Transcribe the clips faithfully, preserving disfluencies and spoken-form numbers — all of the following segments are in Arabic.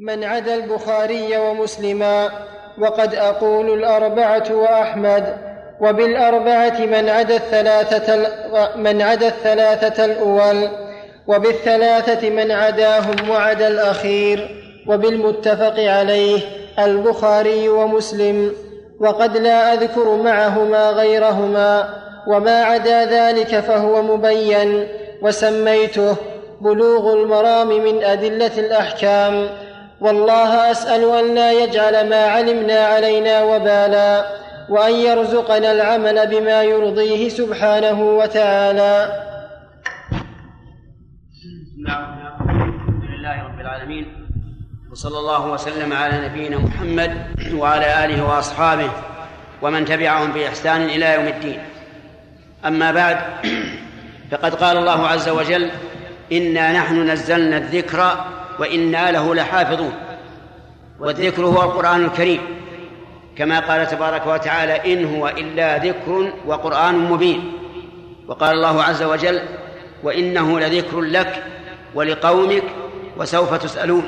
من عدا البخاري ومسلما، وقد أقول الأربعة وأحمد، وبالأربعة من عدا الثلاثة, من عدا الثلاثة الأول، وبالثلاثة من عداهم وعدا الأخير، وبالمتفق عليه البخاري ومسلم، وقد لا أذكر معهما غيرهما، وما عدا ذلك فهو مبين، وسميته بلوغ المرام من أدلة الأحكام. والله أسأل أن لا يجعل ما علمنا علينا وبالا، وأن يرزقنا العمل بما يرضيه سبحانه وتعالى. الحمد لله رب العالمين، وصلى الله وسلم على نبينا محمد وعلى آله وأصحابه ومن تبعهم بإحسان إلى يوم الدين. أما بعد، فقد قال الله عز وجل: إنا نحن نزلنا الذكر وإنا له لحافظون. والذكر هو القرآن الكريم، كما قال تبارك وتعالى: إن هو إلا ذكر وقرآن مبين. وقال الله عز وجل: وإنه لذكر لك ولقومك وسوف تسألون.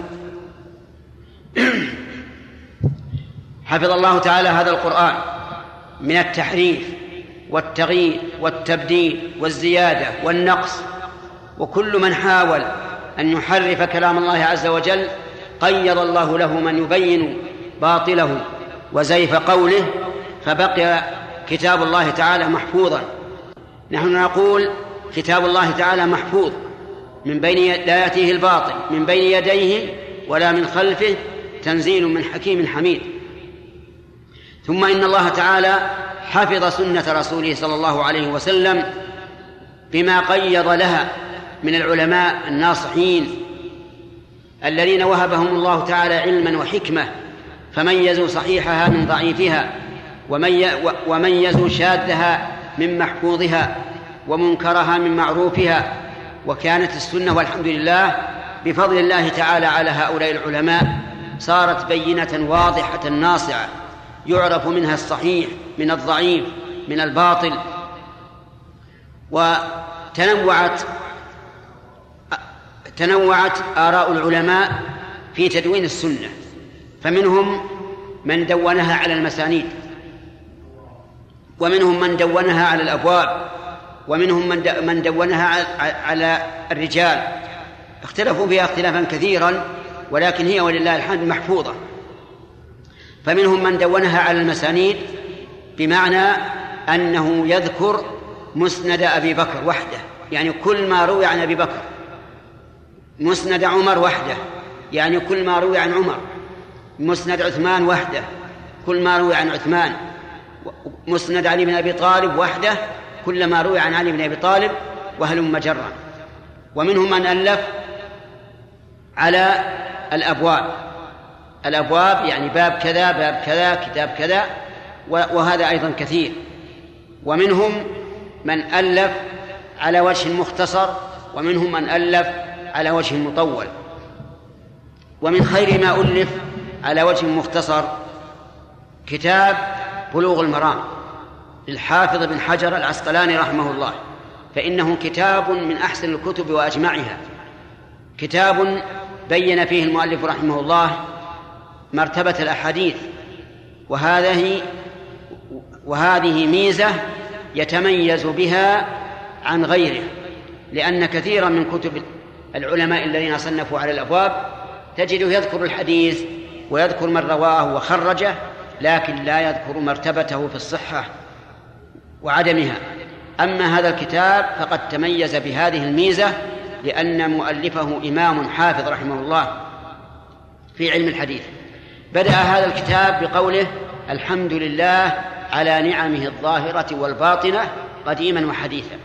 حفظ الله تعالى هذا القرآن من التحريف والتغيير والتبديل والزيادة والنقص، وكل من حاول أن يحرف كلام الله عز وجل قيض الله له من يبين باطله وزيف قوله، فبقي كتاب الله تعالى محفوظا. نحن نقول كتاب الله تعالى محفوظ من بين لا يأتيه الباطل من بين يديه ولا من خلفه، تنزيل من حكيم حميد. ثم إن الله تعالى حفظ سنة رسوله صلى الله عليه وسلم بما قيض لها من العلماء الناصحين الذين وهبهم الله تعالى علما وحكمة، فميزوا صحيحها من ضعيفها، وميزوا شاذها من محفوظها، ومنكرها من معروفها. وكانت السنة والحمد لله بفضل الله تعالى على هؤلاء العلماء صارت بينة واضحة ناصعة، يعرف منها الصحيح من الضعيف من الباطل. وتنوعت تنوعت آراء العلماء في تدوين السنة، فمنهم من دونها على المسانيد، ومنهم من دونها على الأبواب، ومنهم من دونها على الرجال. اختلفوا فيها اختلافا كثيرا، ولكن هي ولله الحمد محفوظة. فمنهم من دونها على المسانيد، بمعنى أنه يذكر مسند أبي بكر وحده، يعني كل ما روي عن أبي بكر، مسند عمر وحده، يعني كل ما روي عن عمر، مسند عثمان وحده، كل ما روي عن عثمان، مسند علي بن أبي طالب وحده، كل ما روي عن علي بن أبي طالب، وهلم جرا. ومنهم من ألف على الأبواب، الأبواب يعني باب كذا باب كذا كتاب كذا، وهذا أيضا كثير. ومنهم من ألف على وجه مختصر، ومنهم من ألف على وجه مطول. ومن خير ما ألف على وجه مختصر كتاب بلوغ المرام للحافظ بن حجر العسقلاني رحمه الله، فإنه كتاب من أحسن الكتب وأجمعها، كتاب بين فيه المؤلف رحمه الله مرتبة الأحاديث، وهذه وهذه ميزة يتميز بها عن غيره، لأن كثيرا من كتب العلماء الذين صنفوا على الأبواب تجده يذكر الحديث ويذكر من رواه وخرجه، لكن لا يذكر مرتبته في الصحة وعدمها. أما هذا الكتاب فقد تميز بهذه الميزة، لأن مؤلفه إمام حافظ رحمه الله في علم الحديث. بدأ هذا الكتاب بقوله: الحمد لله على نعمه الظاهرة والباطنة قديما وحديثا.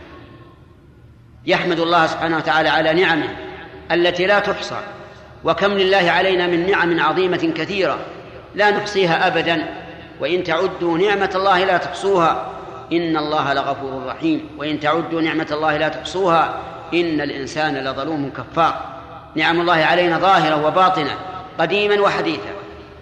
يحمد الله سبحانه وتعالى على نعمه التي لا تحصى، وكم لله علينا من نعم عظيمة كثيرة لا نحصيها أبدا، وإن تعدوا نعمة الله لا تحصوها إن الله لغفور رحيم، وإن تعدوا نعمة الله لا تحصوها إن الإنسان لظلوم كفار. نعم الله علينا ظاهرة وباطنة قديما وحديثا.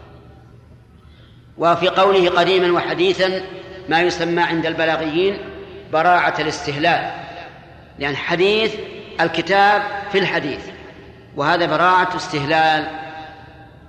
وفي قوله قديما وحديثا ما يسمى عند البلاغيين براعة الاستهلال، لأن حديث الكتاب في الحديث، وهذا براعة استهلال.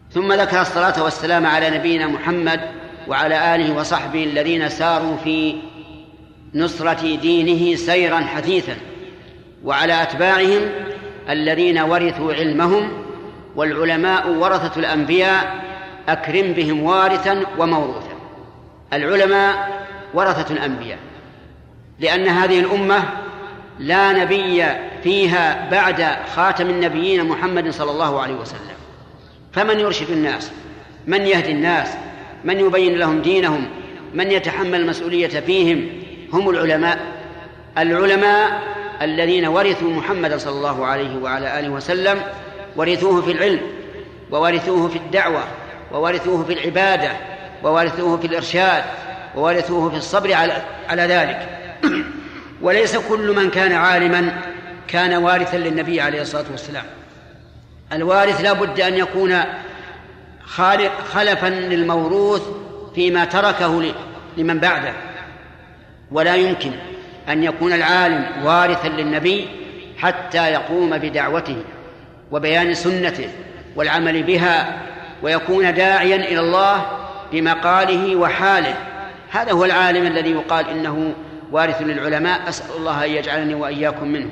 ثم ذكر الصلاة والسلام على نبينا محمد وعلى آله وصحبه الذين ساروا في نصرة دينه سيرا حثيثا، وعلى أتباعهم الذين ورثوا علمهم، والعلماء ورثة الأنبياء أكرم بهم وارثا وموروثا. العلماء ورثة الأنبياء، لأن هذه الأمة لا نبي فيها بعد خاتم النبيين محمد صلى الله عليه وسلم، فمن يرشد الناس، من يهدي الناس، من يبين لهم دينهم، من يتحمل المسؤولية فيهم هم العلماء. العلماء الذين ورثوا محمد صلى الله عليه وعلى آله وسلم ورثوه في العلم، وورثوه في الدعوة، وورثوه في العبادة، وورثوه في الإرشاد، وورثوه في الصبر على, على ذلك. وليس كل من كان عالما كان وارثا للنبي عليه الصلاة والسلام. الوارث لا بد أن يكون خلفا للموروث فيما تركه لمن بعده، ولا يمكن أن يكون العالم وارثا للنبي حتى يقوم بدعوته وبيان سنته والعمل بها، ويكون داعيا إلى الله بمقاله وحاله. هذا هو العالم الذي يقال إنه وارث للعلماء. أسأل الله أن يجعلني وإياكم منهم.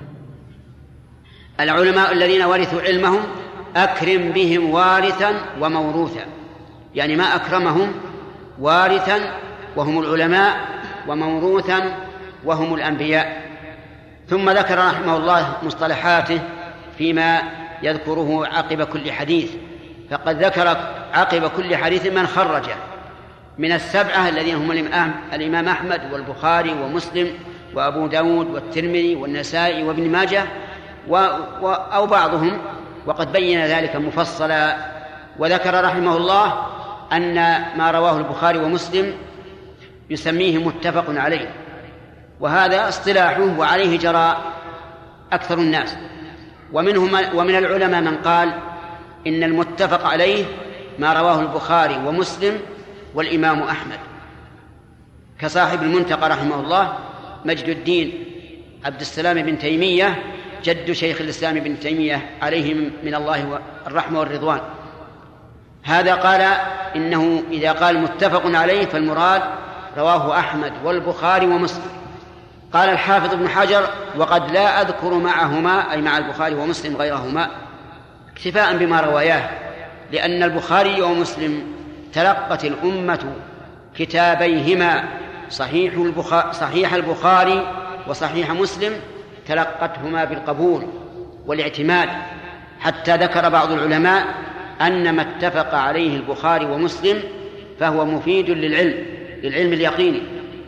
العلماء الذين ورثوا علمهم أكرم بهم وارثا وموروثا، يعني ما أكرمهم وارثا وهم العلماء، وموروثا وهم الأنبياء. ثم ذكر رحمه الله مصطلحاته فيما يذكره عقب كل حديث، فقد ذكر عقب كل حديث من خرجه من السبعة الذين هم الإمام أحمد والبخاري ومسلم وأبو داود والترمذي والنسائي وابن ماجه و... و... أو بعضهم، وقد بين ذلك مفصلا. وذكر رحمه الله أن ما رواه البخاري ومسلم يسميه متفق عليه، وهذا اصطلاحه وعليه جرى أكثر الناس. ومنهم ومن العلماء من قال إن المتفق عليه ما رواه البخاري ومسلم والإمام أحمد، كصاحب المنتقى رحمه الله مجد الدين عبد السلام بن تيمية جد شيخ الإسلام بن تيمية عليه من الله الرحمة والرضوان. هذا قال إنه إذا قال متفق عليه فالمراد رواه أحمد والبخاري ومسلم. قال الحافظ ابن حجر وقد لا أذكر معهما أي مع البخاري ومسلم غيرهما اكتفاء بما رواياه، لأن البخاري ومسلم تلقت الأمة كتابيهما صحيح البخاري, صحيح البخاري وصحيح مسلم تلقتهما بالقبول والاعتماد، حتى ذكر بعض العلماء أن ما اتفق عليه البخاري ومسلم فهو مفيد للعلم للعلم اليقيني.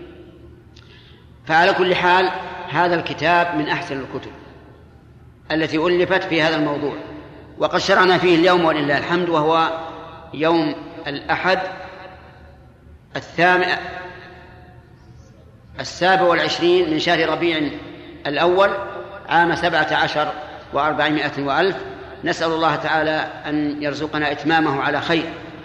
فعلى كل حال هذا الكتاب من أحسن الكتب التي ألفت في هذا الموضوع، وقد شرعنا فيه اليوم ولله الحمد، وهو يوم الأحد الثامن السابع والعشرين من شهر ربيع الأول عام سبعة عشر وأربعمائة وألف. نسأل الله تعالى أن يرزقنا إتمامه على خير.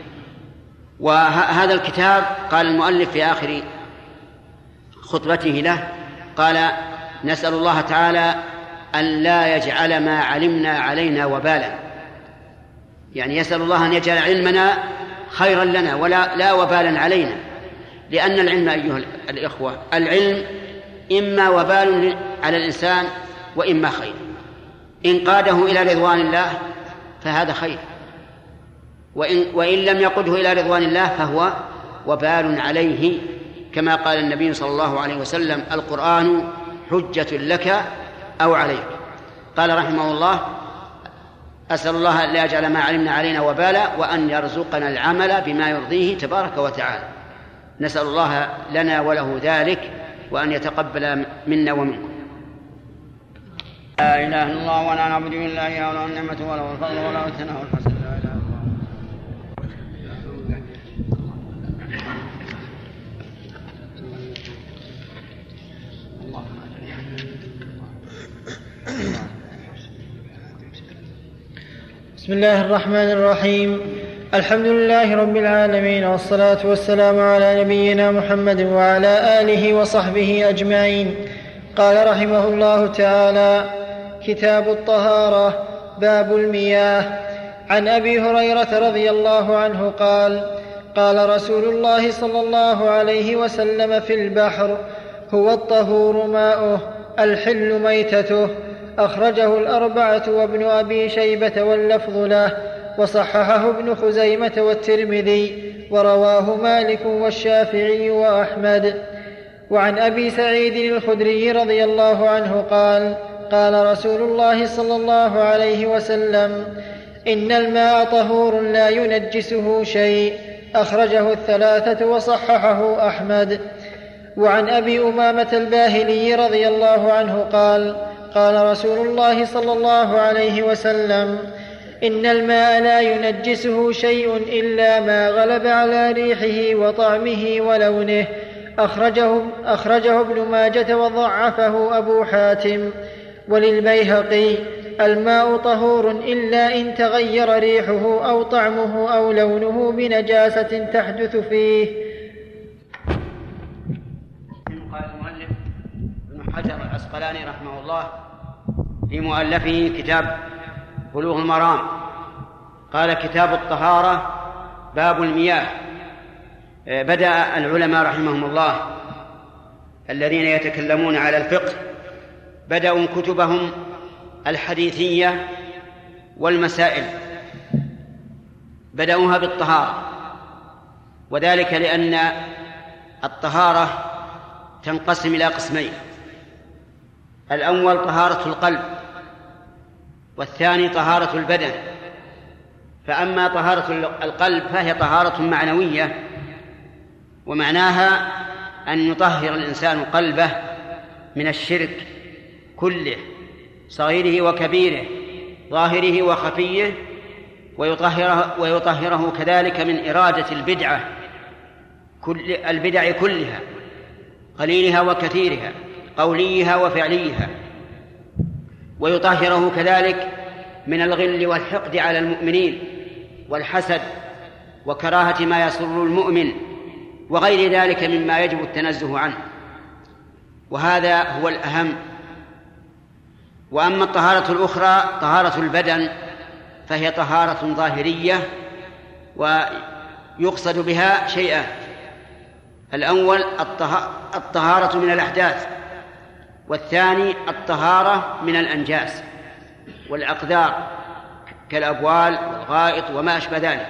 وهذا الكتاب قال المؤلف في آخر خطبته له قال نسأل الله تعالى أن لا يجعل ما علمنا علينا وبالا، يعني يسأل الله أن يجعل علمنا خيرا لنا ولا لا وبالا علينا، لأن العلم أيها الإخوة العلم إما وبال على الإنسان وإما خير. إن قاده إلى رضوان الله فهذا خير، وإن, وإن لم يقده إلى رضوان الله فهو وبال عليه، كما قال النبي صلى الله عليه وسلم القرآن حجة لك أو عليك. قال رحمه الله أسأل الله أن لا يجعل ما علمنا علينا وبالا، وأن يرزقنا العمل بما يرضيه تبارك وتعالى. نسأل الله لنا وله ذلك، وأن يتقبل منا ومنكم. لا إله إلا الله ولا نعبد إلا إياه وله النعمة وله الفضل وله الثناء والحسن. لا إله إلا الله. بسم الله الرحمن الرحيم. الحمد لله رب العالمين، والصلاة والسلام على نبينا محمد وعلى آله وصحبه أجمعين. قال رحمه الله تعالى: كتاب الطهارة. باب المياه. عن أبي هريرة رضي الله عنه قال قال رسول الله صلى الله عليه وسلم في البحر: هو الطهور ماؤه الحل ميتته. أخرجه الأربعة وابن أبي شيبة واللفظ له، وصححه ابن خزيمة والترمذي، ورواه مالك والشافعي وأحمد. وعن أبي سعيد الخدري رضي الله عنه قال قال رسول الله صلى الله عليه وسلم: إن الماء طهور لا ينجسه شيء. أخرجه الثلاثة وصححه أحمد. وعن أبي أمامة الباهلي رضي الله عنه قال قال رسول الله صلى الله عليه وسلم: إن الماء لا ينجسه شيء إلا ما غلب على ريحه وطعمه ولونه. أخرجه, أخرجه ابن ماجة وضعفه أبو حاتم. وللبيهقي: الماء طهور إلا إن تغير ريحه أو طعمه أو لونه بنجاسة تحدث فيه. قال المؤلف ابن حجر العسقلاني رحمه الله في مؤلفه كتاب بلوغ المرام، قال: كتاب الطهارة، باب المياه. بدأ العلماء رحمهم الله الذين يتكلمون على الفقه بدأوا كتبهم الحديثية والمسائل بدأوها بالطهارة، وذلك لأن الطهارة تنقسم إلى قسمين: الأول طهارة القلب، والثاني طهارة البدن. فأما طهارة القلب فهي طهارة معنوية، ومعناها أن يطهر الإنسان قلبه من الشرك كله، صغيره وكبيره، ظاهره وخفيه، ويطهره, ويطهره كذلك من إرادة البدعة كل البدع كلها، قليلها وكثيرها، قوليها وفعليها، ويطهره كذلك من الغل والحقد على المؤمنين والحسد وكراهة ما يسر المؤمن وغير ذلك مما يجب التنزه عنه، وهذا هو الأهم. وأما الطهارة الأخرى طهارة البدن فهي طهارة ظاهرية، ويقصد بها شيئان: الأول الطهارة من الأحداث، والثاني الطهارة من الأنجاس والأقدار كالأبوال والغائط وما أشبه ذلك.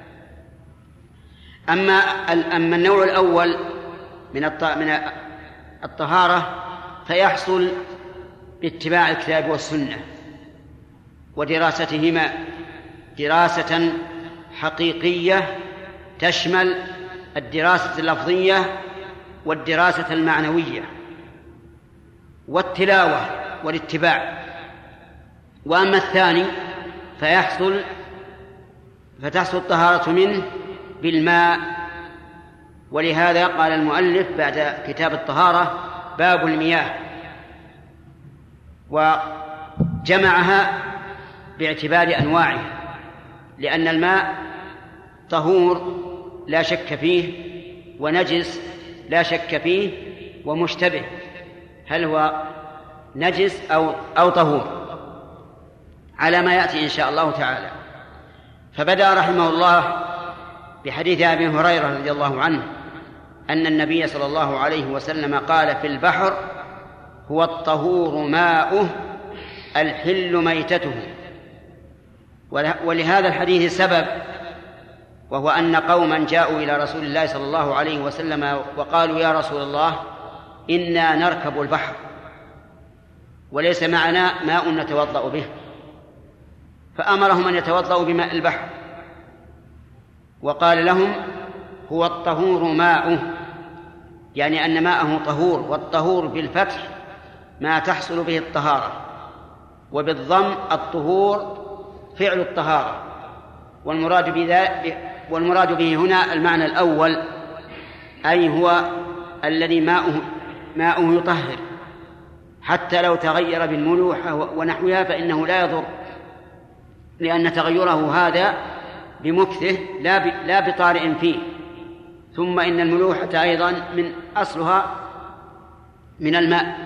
أما أما النوع الأول من الطهارة فيحصل باتباع الكتاب والسنة ودراستهما دراسة حقيقية تشمل الدراسة اللفظية والدراسة المعنوية والتلاوة والاتباع. وأما الثاني فيحصل فتحصل الطهارة منه بالماء. ولهذا قال المؤلف بعد كتاب الطهارة: باب المياه، وجمعها باعتبار أنواعها، لأن الماء طهور لا شك فيه، ونجس لا شك فيه، ومشتبه، هل هو نجس أو, أو طهور، على ما يأتي إن شاء الله تعالى. فبدأ رحمه الله بحديث أبي هريرة رضي الله عنه أن النبي صلى الله عليه وسلم قال في البحر: هو الطهور ماؤه الحل ميتته. ولهذا الحديث سبب، وهو أن قوما جاءوا إلى رسول الله صلى الله عليه وسلم وقالوا: يا رسول الله، إنا نركب البحر وليس معنا ماء نتوضأ به، فأمرهم أن يتوضأوا بماء البحر، وقال لهم: هو الطهور ماؤه، يعني أن ماءه طهور، والطهور بالفتح ما تحصل به الطهارة، وبالضم الطهور فعل الطهارة. والمراد بذلك والمراد به هنا المعنى الأول، أي هو الذي ماؤه ماؤه يطهر، حتى لو تغير بالملوحة ونحوها فإنه لا يضر، لأن تغيره هذا بمكثه لا لا بطارئ فيه. ثم إن الملوحة أيضا من أصلها من الماء.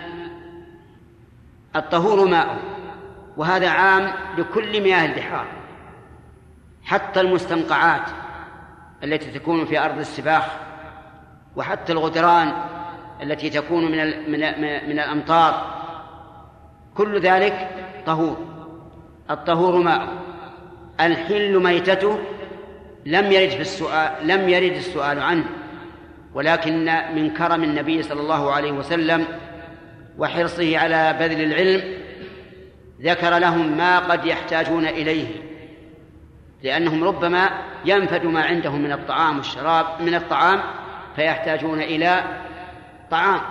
الطهور ماء، وهذا عام لكل مياه البحار، حتى المستنقعات التي تكون في أرض السباخ، وحتى الغدران التي تكون من من من الأمطار، كل ذلك طهور. الطهور ماء، الحل ميتته لم يرد في السؤال لم يرد السؤال عنه، ولكن من كرم النبي صلى الله عليه وسلم وحرصه على بذل العلم ذكر لهم ما قد يحتاجون إليه، لأنهم ربما ينفد ما عندهم من الطعام والشراب من الطعام فيحتاجون إلى طعام،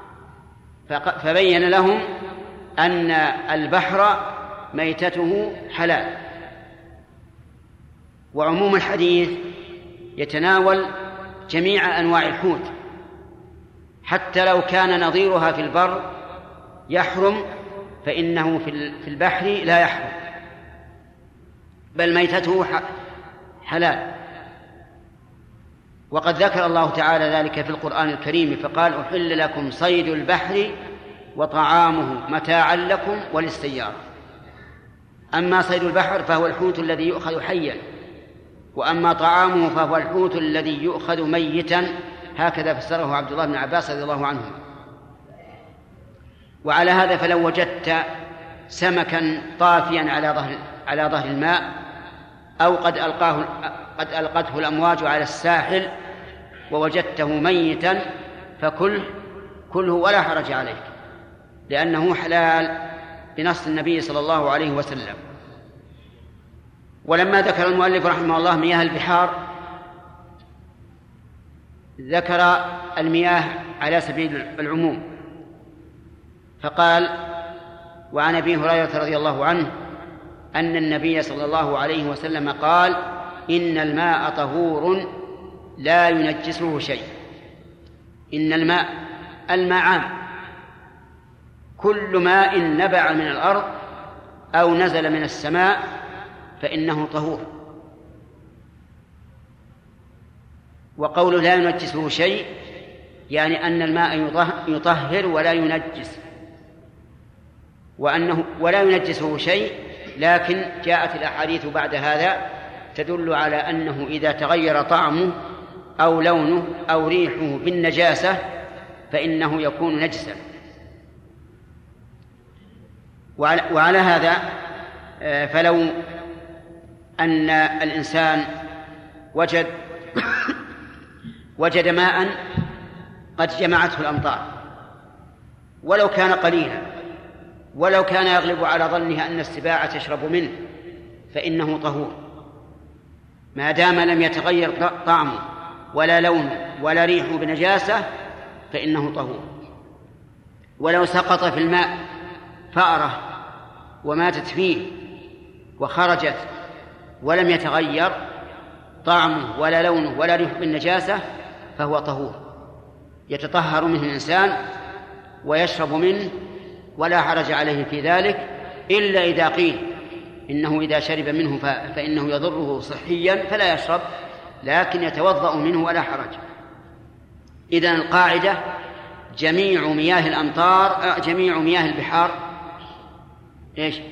فبين لهم أن البحر ميتته حلال. وعموم الحديث يتناول جميع أنواع الحوت، حتى لو كان نظيرها في البر يحرم فإنه في البحر لا يحرم، بل ميتته حلال. وقد ذكر الله تعالى ذلك في القرآن الكريم فقال: أحل لكم صيد البحر وطعامه متاعا لكم وللسيارة. أما صيد البحر فهو الحوت الذي يؤخذ حيا، وأما طعامه فهو الحوت الذي يؤخذ ميتا، هكذا فسره عبد الله بن عباس رضي الله عنه. وعلى هذا فلو وجدت سمكا طافيا على ظهر على ظهر الماء، أو قد ألقاه قد ألقته الأمواج على الساحل ووجدته ميتا فكله كله ولا حرج عليك، لأنه حلال بنص النبي صلى الله عليه وسلم. ولما ذكر المؤلف رحمه الله مياه البحار ذكر المياه على سبيل العموم، فقال: وعن أبي هريرة رضي الله عنه أن النبي صلى الله عليه وسلم قال: إن الماء طهور لا ينجسه شيء. إن الماء الماء عام، كل ماء نبع من الأرض أو نزل من السماء فإنه طهور. وقوله لا ينجسه شيء يعني أن الماء يطهر ولا ينجس، وأنه ولا ينجسه شيء، لكن جاءت الأحاديث بعد هذا تدل على أنه إذا تغير طعمه أو لونه أو ريحه بالنجاسة فإنه يكون نجسا. وعلى هذا فلو أن الإنسان وجد وجد ماء قد جمعته الأمطار، ولو كان قليلا، ولو كان يغلب على ظنها أن السباع تشرب منه، فإنه طهور ما دام لم يتغير طعمه ولا لونه ولا ريحه بنجاسة، فإنه طهور. ولو سقط في الماء فأرة وماتت فيه وخرجت ولم يتغير طعمه ولا لونه ولا ريحه بالنجاسة فهو طهور، يتطهر منه الإنسان ويشرب منه ولا حرج عليه في ذلك، إلا إذا قيل إنه إذا شرب منه فإنه يضره صحيا فلا يشرب، لكن يتوضأ منه ولا حرج. إذن القاعدة: جميع مياه الأمطار جميع مياه البحار إيش؟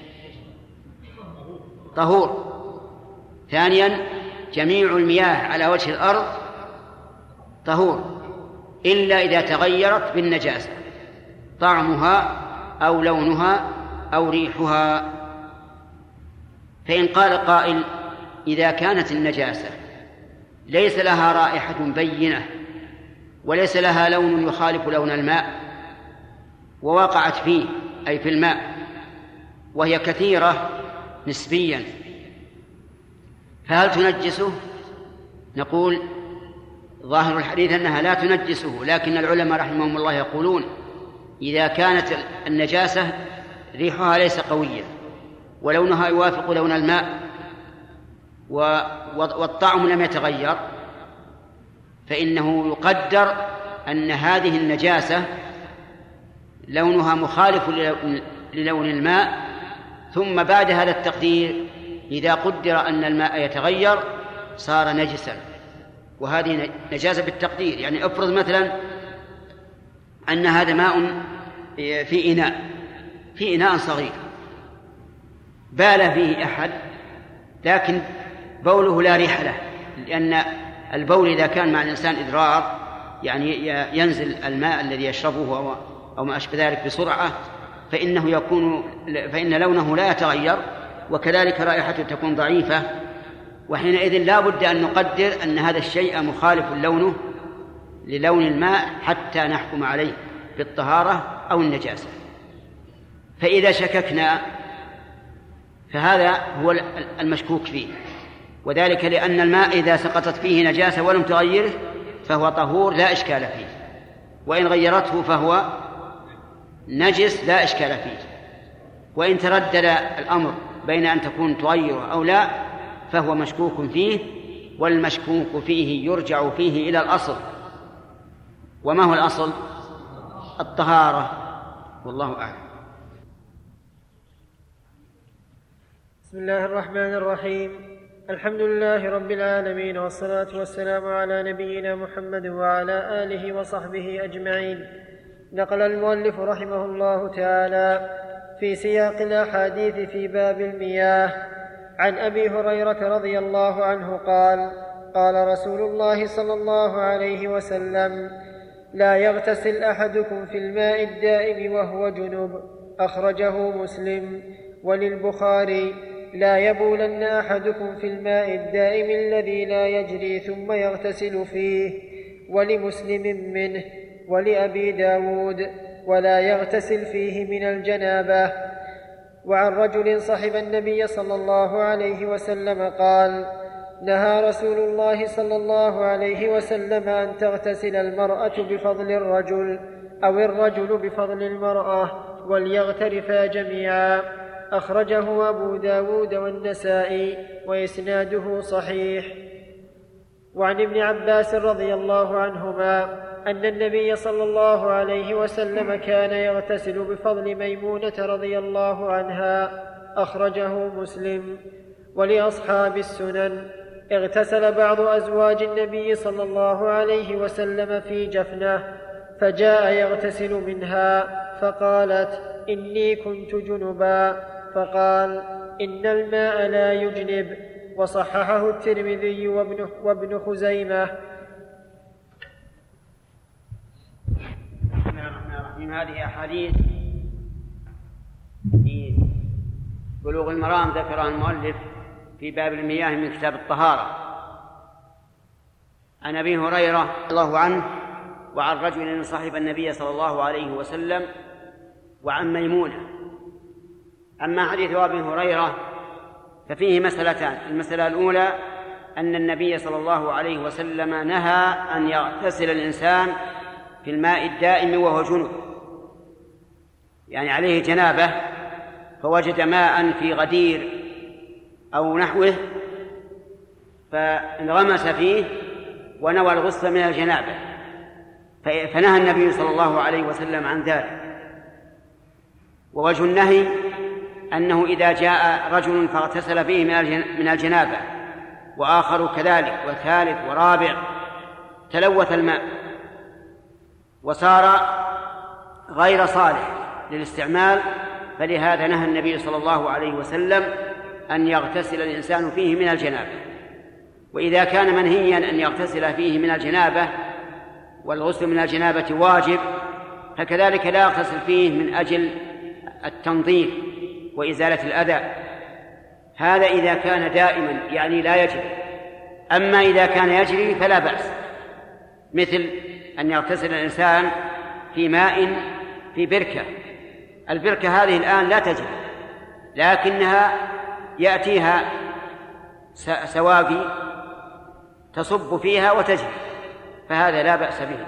طهور. ثانيا: جميع المياه على وجه الأرض طهور إلا إذا تغيرت بالنجاسة طعمها أو لونها أو ريحها. فإن قال قائل: إذا كانت النجاسة ليس لها رائحة بينة وليس لها لون يخالف لون الماء ووقعت فيه أي في الماء وهي كثيرة نسبيا، فهل تنجسه؟ نقول: ظاهر الحديث أنها لا تنجسه، لكن العلماء رحمهم الله يقولون: إذا كانت النجاسة ريحها ليس قويا ولونها يوافق لون الماء والطعم لم يتغير، فإنه يقدر أن هذه النجاسة لونها مخالف للون الماء، ثم بعد هذا التقدير إذا قدر أن الماء يتغير صار نجسا. وهذه نجاسة بالتقدير، يعني افرض مثلا أن هذا ماء في إناء في إناء صغير بال فيه أحد، لكن بوله لا ريح له، لأن البول إذا كان مع الإنسان إضرار يعني ينزل الماء الذي يشربه أو ما أشبه ذلك بسرعة فإنه يكون فإن لونه لا يتغير وكذلك رائحته تكون ضعيفة، وحينئذ لا بد أن نقدر أن هذا الشيء مخالف لونه للون الماء حتى نحكم عليه بالطهارة أو النجاسة. فإذا شككنا فهذا هو المشكوك فيه، وذلك لأن الماء إذا سقطت فيه نجاسة ولم تغيره فهو طهور لا إشكال فيه، وإن غيرته فهو نجس لا إشكال فيه، وإن تردد الأمر بين أن تكون تغيره أو لا فهو مشكوك فيه، والمشكوك فيه يرجع فيه إلى الأصل. وما هو الأصل؟ الطهارة، والله أعلم. بسم الله الرحمن الرحيم. الحمد لله رب العالمين، والصلاة والسلام على نبينا محمد وعلى آله وصحبه أجمعين. نقل المؤلف رحمه الله تعالى في سياق الأحاديث في باب المياه عن أبي هريرة رضي الله عنه قال: قال رسول الله صلى الله عليه وسلم: لا يغتسل أحدكم في الماء الدائم وهو جنب. أخرجه مسلم. وللبخاري: لا يبولن أحدكم في الماء الدائم الذي لا يجري ثم يغتسل فيه. ولمسلم منه. ولأبي داود: ولا يغتسل فيه من الجنابة. وعن رجل صحب النبي صلى الله عليه وسلم قال: نهى رسول الله صلى الله عليه وسلم أن تغتسل المرأة بفضل الرجل أو الرجل بفضل المرأة وليغترفا جميعا. أخرجه أبو داود والنسائي وإسناده صحيح. وعن ابن عباس رضي الله عنهما أن النبي صلى الله عليه وسلم كان يغتسل بفضل ميمونة رضي الله عنها. أخرجه مسلم. ولأصحاب السنن: اغتسل بعض أزواج النبي صلى الله عليه وسلم في جفنة، فجاء يغتسل منها فقالت: إني كنت جنبا، فقال: إن الماء لا يجنب. وصححه الترمذي وابن, وابن خزيمة. من هذه أحاديث في بلوغ المرام ذكرها المؤلف في باب المياه من كتاب الطهارة عن أبي هريرة رضي الله عنه وعن رجل صاحب النبي صلى الله عليه وسلم وعن ميمونة. أما حديث أبي هريرة ففيه مسألتان: المسألة الأولى أن النبي صلى الله عليه وسلم نهى أن يغتسل الإنسان في الماء الدائم وهو جنب، يعني عليه جنابة فوجد ماء في غدير أو نحوه فانغمس فيه ونوى الغسل من الجنابة، فنهى النبي صلى الله عليه وسلم عن ذلك. ووجه النهي أنه إذا جاء رجل فاغتسل فيه من الجنابة وآخر كذلك وثالث ورابع تلوث الماء وصار غير صالح للاستعمال، فلهذا نهى النبي صلى الله عليه وسلم أن يغتسل الإنسان فيه من الجنابة. وإذا كان منهيا أن يغتسل فيه من الجنابة والغسل من الجنابة واجب، فكذلك لا يغتسل فيه من أجل التنظيف وإزالة الأذى، هذا إذا كان دائما يعني لا يجري. أما إذا كان يجري فلا بأس، مثل أن يغتسل الإنسان في ماء في بركة. البركة هذه الآن لا تجري لكنها يأتيها سواقي تصب فيها وتجري، فهذا لا بأس به.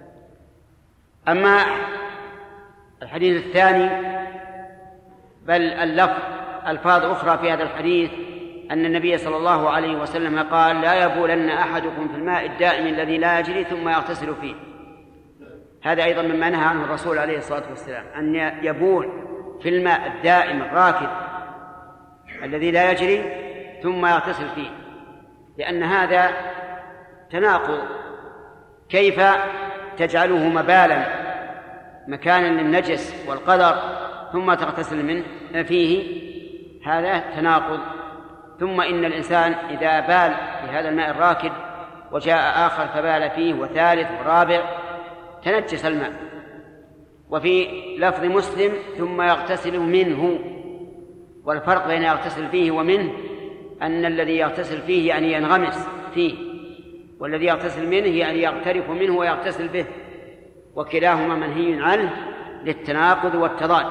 أما الحديث الثاني بل اللفظ ألفاظ أخرى في هذا الحديث أن النبي صلى الله عليه وسلم قال: لا يبولن أحدكم في الماء الدائم الذي لا يجري ثم يغتسل فيه. هذا أيضا مما نهى عنه الرسول عليه الصلاة والسلام، أن يبول في الماء الدائم الراكد الذي لا يجري ثم يغتسل فيه، لأن هذا تناقض. كيف تجعله مبالا مكانا للنجس والقدر ثم تغتسل منه فيه؟ هذا تناقض ثم إن الإنسان إذا بال في هذا الماء الراكد وجاء آخر فبال فيه وثالث ورابع تنجس الماء. وفي لفظ مسلم ثم يغتسل منه، والفرق بين يغتسل فيه ومنه أن الذي يغتسل فيه يعني ينغمس فيه، والذي يغتسل منه يعني يغترف منه ويغتسل به، وكلاهما منهي عنه للتناقض والتضاد.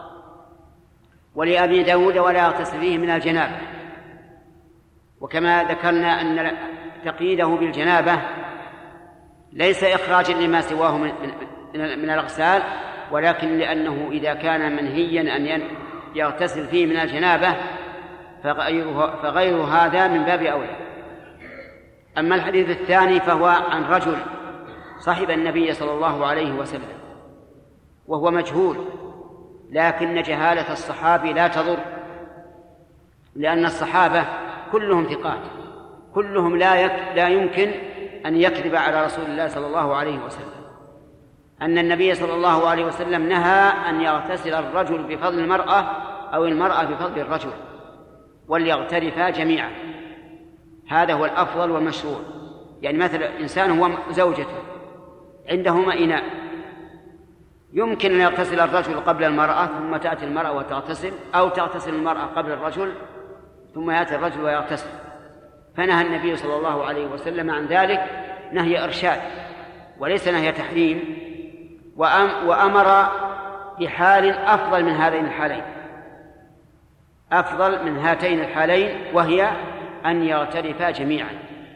ولأبي داود ولا يغتسل فيه من الجنابة. وكما ذكرنا أن تقييده بالجنابة ليس إخراجا لما سواه من, من, من الأغسال، ولكن لأنه إذا كان منهيا أن يغتسل فيه من الجنابة فغير هذا من باب أولى. أما الحديث الثاني فهو عن رجل صحب النبي صلى الله عليه وسلم وهو مجهول، لكن جهالة الصحابي لا تضر، لأن الصحابة كلهم ثقات، كلهم لا, يك... لا يمكن أن يكذب على رسول الله صلى الله عليه وسلم. أن النبي صلى الله عليه وسلم نهى أن يغتسل الرجل بفضل المرأة أو المرأة بفضل الرجل، وليغترفا جميعا، هذا هو الأفضل والمشروع. يعني مثلا إنسان هو زوجته عندهما إناء، يمكن أن يغتسل الرجل قبل المرأة ثم تأتي المرأة وتغتسل، أو تغتسل المرأة قبل الرجل ثم يأتي الرجل ويغتسل. فنهى النبي صلى الله عليه وسلم عن ذلك نهي إرشاد وليس نهي تحريم، وأمر بحال أفضل من هذين الحالين، أفضل من هاتين الحالين، وهي أن يغترفا جميعا،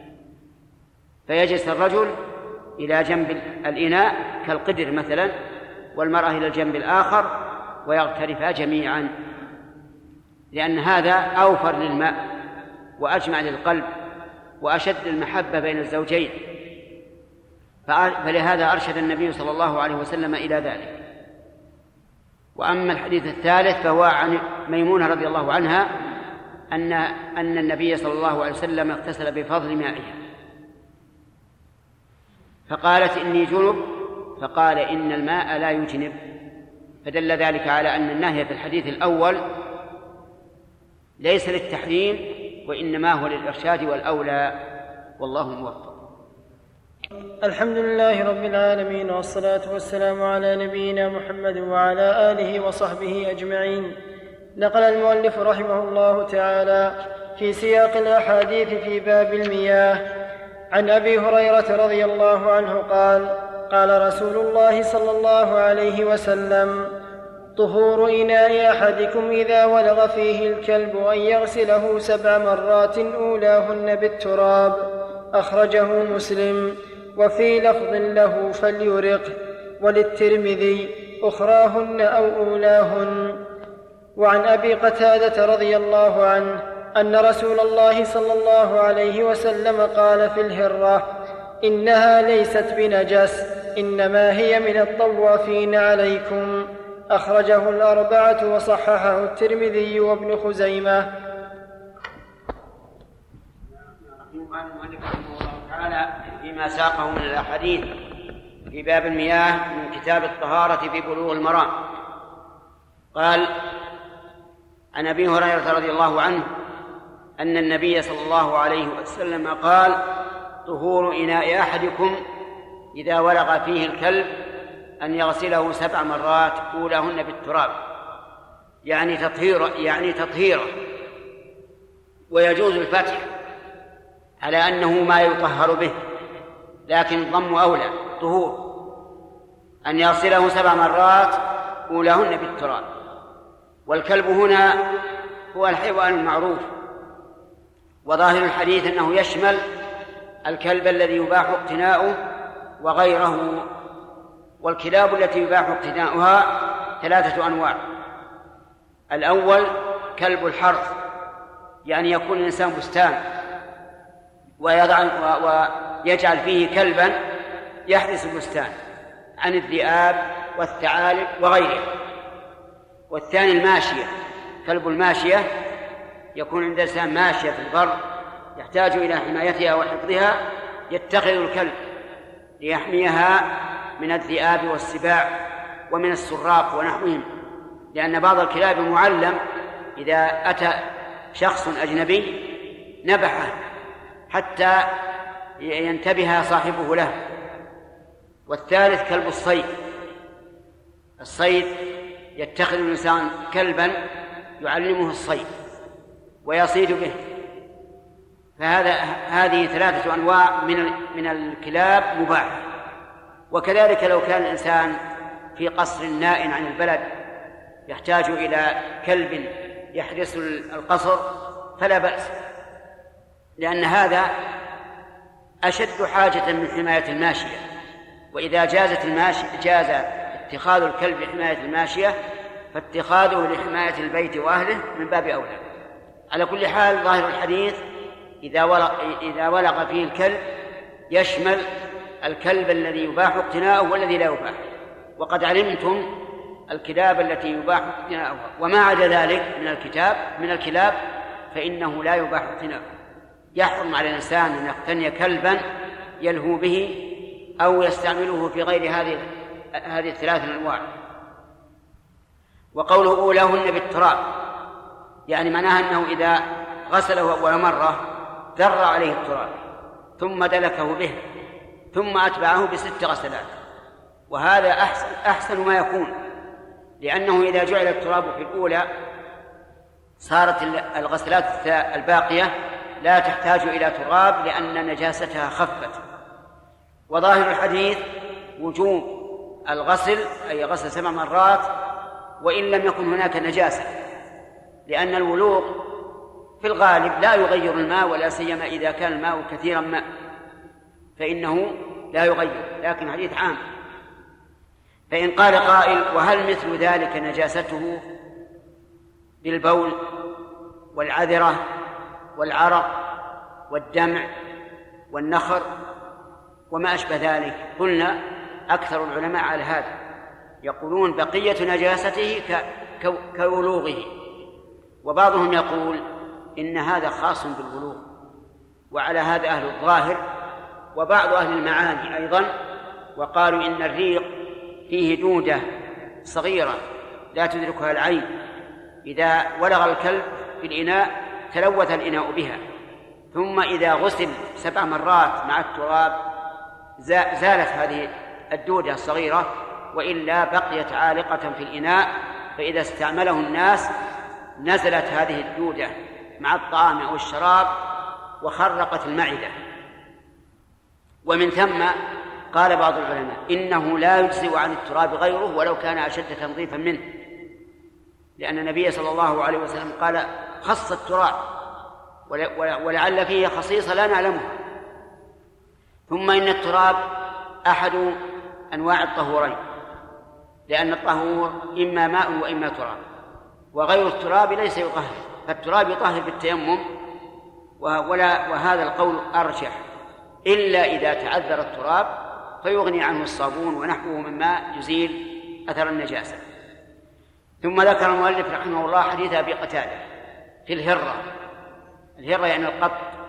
فيجلس الرجل إلى جنب الإناء كالقدر مثلا، والمرأة إلى الجنب الآخر، ويغترفا جميعا، لأن هذا أوفر للماء وأجمع للقلب وأشد المحبة بين الزوجين، فلهذا أرشد النبي صلى الله عليه وسلم إلى ذلك. وأما الحديث الثالث فهو عن ميمونة رضي الله عنها أن أن النبي صلى الله عليه وسلم اغتسل بفضل مائها، فقالت إني جنب، فقال إن الماء لا يجنب، فدل ذلك على أن النهي في الحديث الأول ليس للتحريم وإنما هو للإرشاد والأولى، والله موفق. الحمد لله رب العالمين، والصلاة والسلام على نبينا محمد وعلى آله وصحبه أجمعين. نقل المؤلف رحمه الله تعالى في سياق الأحاديث في باب المياه عن أبي هريرة رضي الله عنه قال: قال رسول الله صلى الله عليه وسلم: طهور إناء أحدكم إذا ولغ فيه الكلب أن يغسله سبع مرات أولاهن بالتراب، أخرجه مسلم. وفي لفظ له فليرق، وللترمذي أخراهن أو أولاهن. وعن أبي قتادة رضي الله عنه أن رسول الله صلى الله عليه وسلم قال في الهرة: إنها ليست بنجس، إنما هي من الطوافين عليكم، أخرجه الأربعة وصححه الترمذي وابن خزيمة. فيما ساقه من الأحاديث في باب المياه من كتاب الطهارة في بلوغ المرام، قال: عن أبي هريرة رضي الله عنه أن النبي صلى الله عليه وسلم قال: طهور إناء أحدكم إذا ولغ فيه الكلب أن يغسله سبع مرات أولاهن بالتراب، يعني تطهيره يعني تطهيره ويجوز الفتح على أنه ما يطهر به، لكن الضم أولى، طهور، أن يغسله سبع مرات أولاهن بالتراب. والكلب هنا هو الحيوان المعروف، وظاهر الحديث أنه يشمل الكلب الذي يباح اقتناؤه وغيره. والكلاب التي يباح اقتناؤها ثلاثة أنواع: الأول كلب الحرث، يعني يكون الإنسان بستان ويضع ويجعل فيه كلبا يحرس البستان عن الذئاب والثعالب وغيرها. والثاني الماشية، كلب الماشية، يكون عند الإنسان ماشية في البر يحتاج إلى حمايتها وحفظها، يتخذ الكلب ليحميها من الذئاب والسباع ومن السراق ونحوهم، لأن بعض الكلاب معلم إذا أتى شخص أجنبي نبحه حتى ينتبه صاحبه له. والثالث كلب الصيد، الصيد يتخذ الإنسان كلبا يعلمه الصيد ويصيد به، فهذا هذه ثلاثة أنواع من من الكلاب مباحة. وكذلك لو كان الإنسان في قصر نائٍ عن البلد يحتاج إلى كلب يحرس القصر فلا بأس، لأن هذا أشد حاجة من حماية الماشية، وإذا جازت الماشية جاز اتخاذ الكلب لحماية الماشية فاتخاذه لحماية البيت وأهله من باب أولى. على كل حال ظاهر الحديث إذا ولغ, إذا ولغ فيه الكلب يشمل الكلب الذي يباح اقتناؤه والذي لا يباح، وقد علمتم الكلاب التي يباح اقتناؤها، وما عدا ذلك من الكتاب من الكلاب فإنه لا يباح اقتناؤه. يحرم على الإنسان أن يقتني كلبا يلهو به أو يستعمله في غير هذه هذه الثلاث الأنواع. وقوله أولاهن بالتراب يعني معناها أنه إذا غسله أول مرة ذر عليه التراب ثم دلكه به ثم أتبعه بست غسلات، وهذا أحسن, أحسن ما يكون، لأنه إذا جعل التراب في الأولى صارت الغسلات الباقية لا تحتاج إلى تراب لأن نجاستها خفت. وظاهر الحديث وجوب الغسل أي غسل سبع مرات وإن لم يكن هناك نجاسة، لأن الولوغ في الغالب لا يغير الماء، ولا سيما إذا كان الماء كثيرا ماء فإنه لا يغير، لكن حديث عام. فإن قال قائل وهل مثل ذلك نجاسته بالبول والعذرة والعرق والدمع والنخر وما أشبه ذلك؟ قلنا أكثر العلماء على هذا، يقولون بقية نجاسته كولوغه، وبعضهم يقول إن هذا خاص بالولوغ، وعلى هذا أهل الظاهر وبعض أهل المعاني أيضا، وقالوا إن الريق فيه دودة صغيرة لا تدركها العين، إذا ولغ الكلب في الإناء تلوث الإناء بها، ثم إذا غسل سبع مرات مع التراب زالت هذه الدودة الصغيرة، وإلا بقيت عالقة في الإناء، فإذا استعمله الناس نزلت هذه الدودة مع الطعام أو الشراب وخرقت المعدة. ومن ثم قال بعض العلماء إنه لا يجزئ عن التراب غيره ولو كان أشد تنظيفا منه، لأن النبي صلى الله عليه وسلم قال خص التراب ولعل فيه خصيصة لا نعلمها. ثم إن التراب أحد أنواع الطهورين، لأن الطهور إما ماء وإما تراب، وغير التراب ليس يطهر، فالتراب يطهر بالتيمم، ولا وهذا القول أرجح، إلا إذا تعذر التراب فيغني عنه الصابون ونحوه مما يزيل أثر النجاسة. ثم ذكر المؤلف رحمه الله حديث أبي قتادة في الهرة. الهرة يعني القط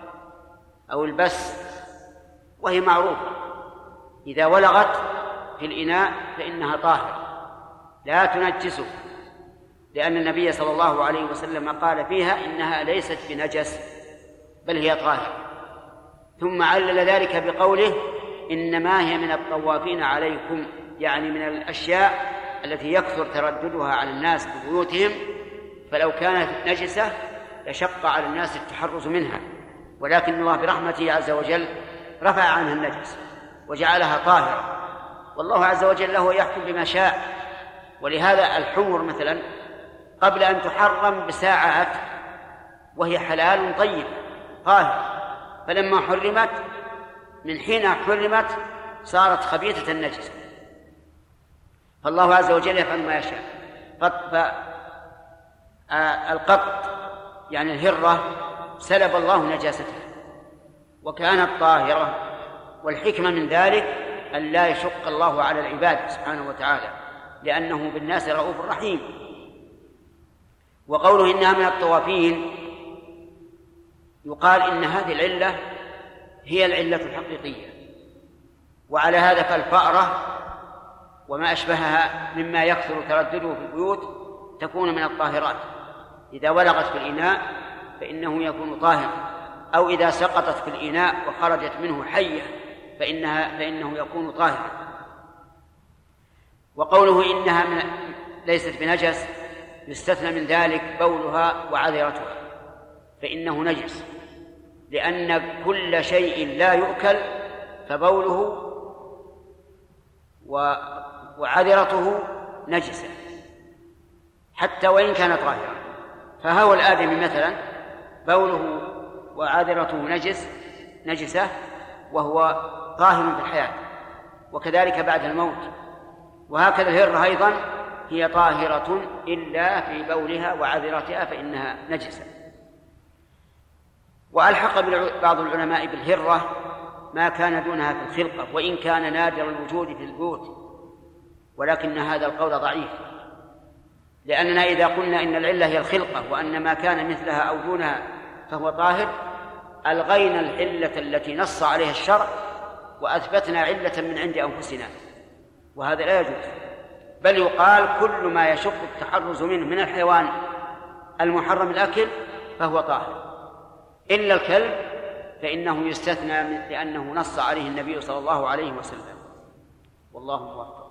أو البس، وهي معروفة إذا ولغت في الإناء فإنها طاهرة لا تنجسه، لأن النبي صلى الله عليه وسلم قال فيها إنها ليست بنجس بل هي طاهرة. ثم علل ذلك بقوله إنما هي من الطوافين عليكم، يعني من الأشياء التي يكثر ترددها على الناس في بيوتهم، فلو كانت نجسة لشق على الناس التحرز منها، ولكن الله برحمته عز وجل رفع عنها النجس وجعلها طاهرة، والله عز وجل له يحكم بما شاء. ولهذا الحمر مثلا قبل أن تحرم بساعات وهي حلال طيب طاهر، فلما حرمت من حين حرمت صارت خبيثة النجس، فالله عز وجل يفعل ما يشاء. القط يعني الهرة سلب الله نجاستها وكانت طاهرة، والحكمة من ذلك أن لا يشق الله على العباد سبحانه وتعالى، لأنه بالناس رؤوف رحيم. وقوله إنها من الطوافين يقال إن هذه العلة هي العلة الحقيقية، وعلى هذا فالفأرة وما أشبهها مما يكثر تردده في البيوت تكون من الطاهرات، إذا ولغت في الإناء فإنه يكون طاهرا، أو إذا سقطت في الإناء وخرجت منه حية فإنها فإنه يكون طاهرا. وقوله إنها من ليست بنجس يستثنى من ذلك بولها وعذرتها، فإنه نجس، لأن كل شيء لا يؤكل فبوله وعذرته نجسة حتى وإن كان طاهرا. فهو الآدمي مثلا بوله وعذرته نجس نجسة وهو طاهر في الحياة، وكذلك بعد الموت. وهكذا الهرة أيضا هي طاهرة إلا في بولها وعذرتها فإنها نجسة. وألحق بعض العلماء بالهرة ما كان دونها في الخلقة، وإن كان نادر الوجود في البيوت، ولكن هذا القول ضعيف، لأننا إذا قلنا إن العلة هي الخلقة وأن ما كان مثلها أو دونها فهو طاهر ألغينا العلة التي نص عليها الشرع وأثبتنا علة من عند أنفسنا، وهذا لا يجوز. بل يقال كل ما يشق التحرز منه من الحيوان المحرم الأكل فهو طاهر، إلا الكلب فإنه يستثنى لأنه نص عليه النبي صلى الله عليه وسلم. والله موفق.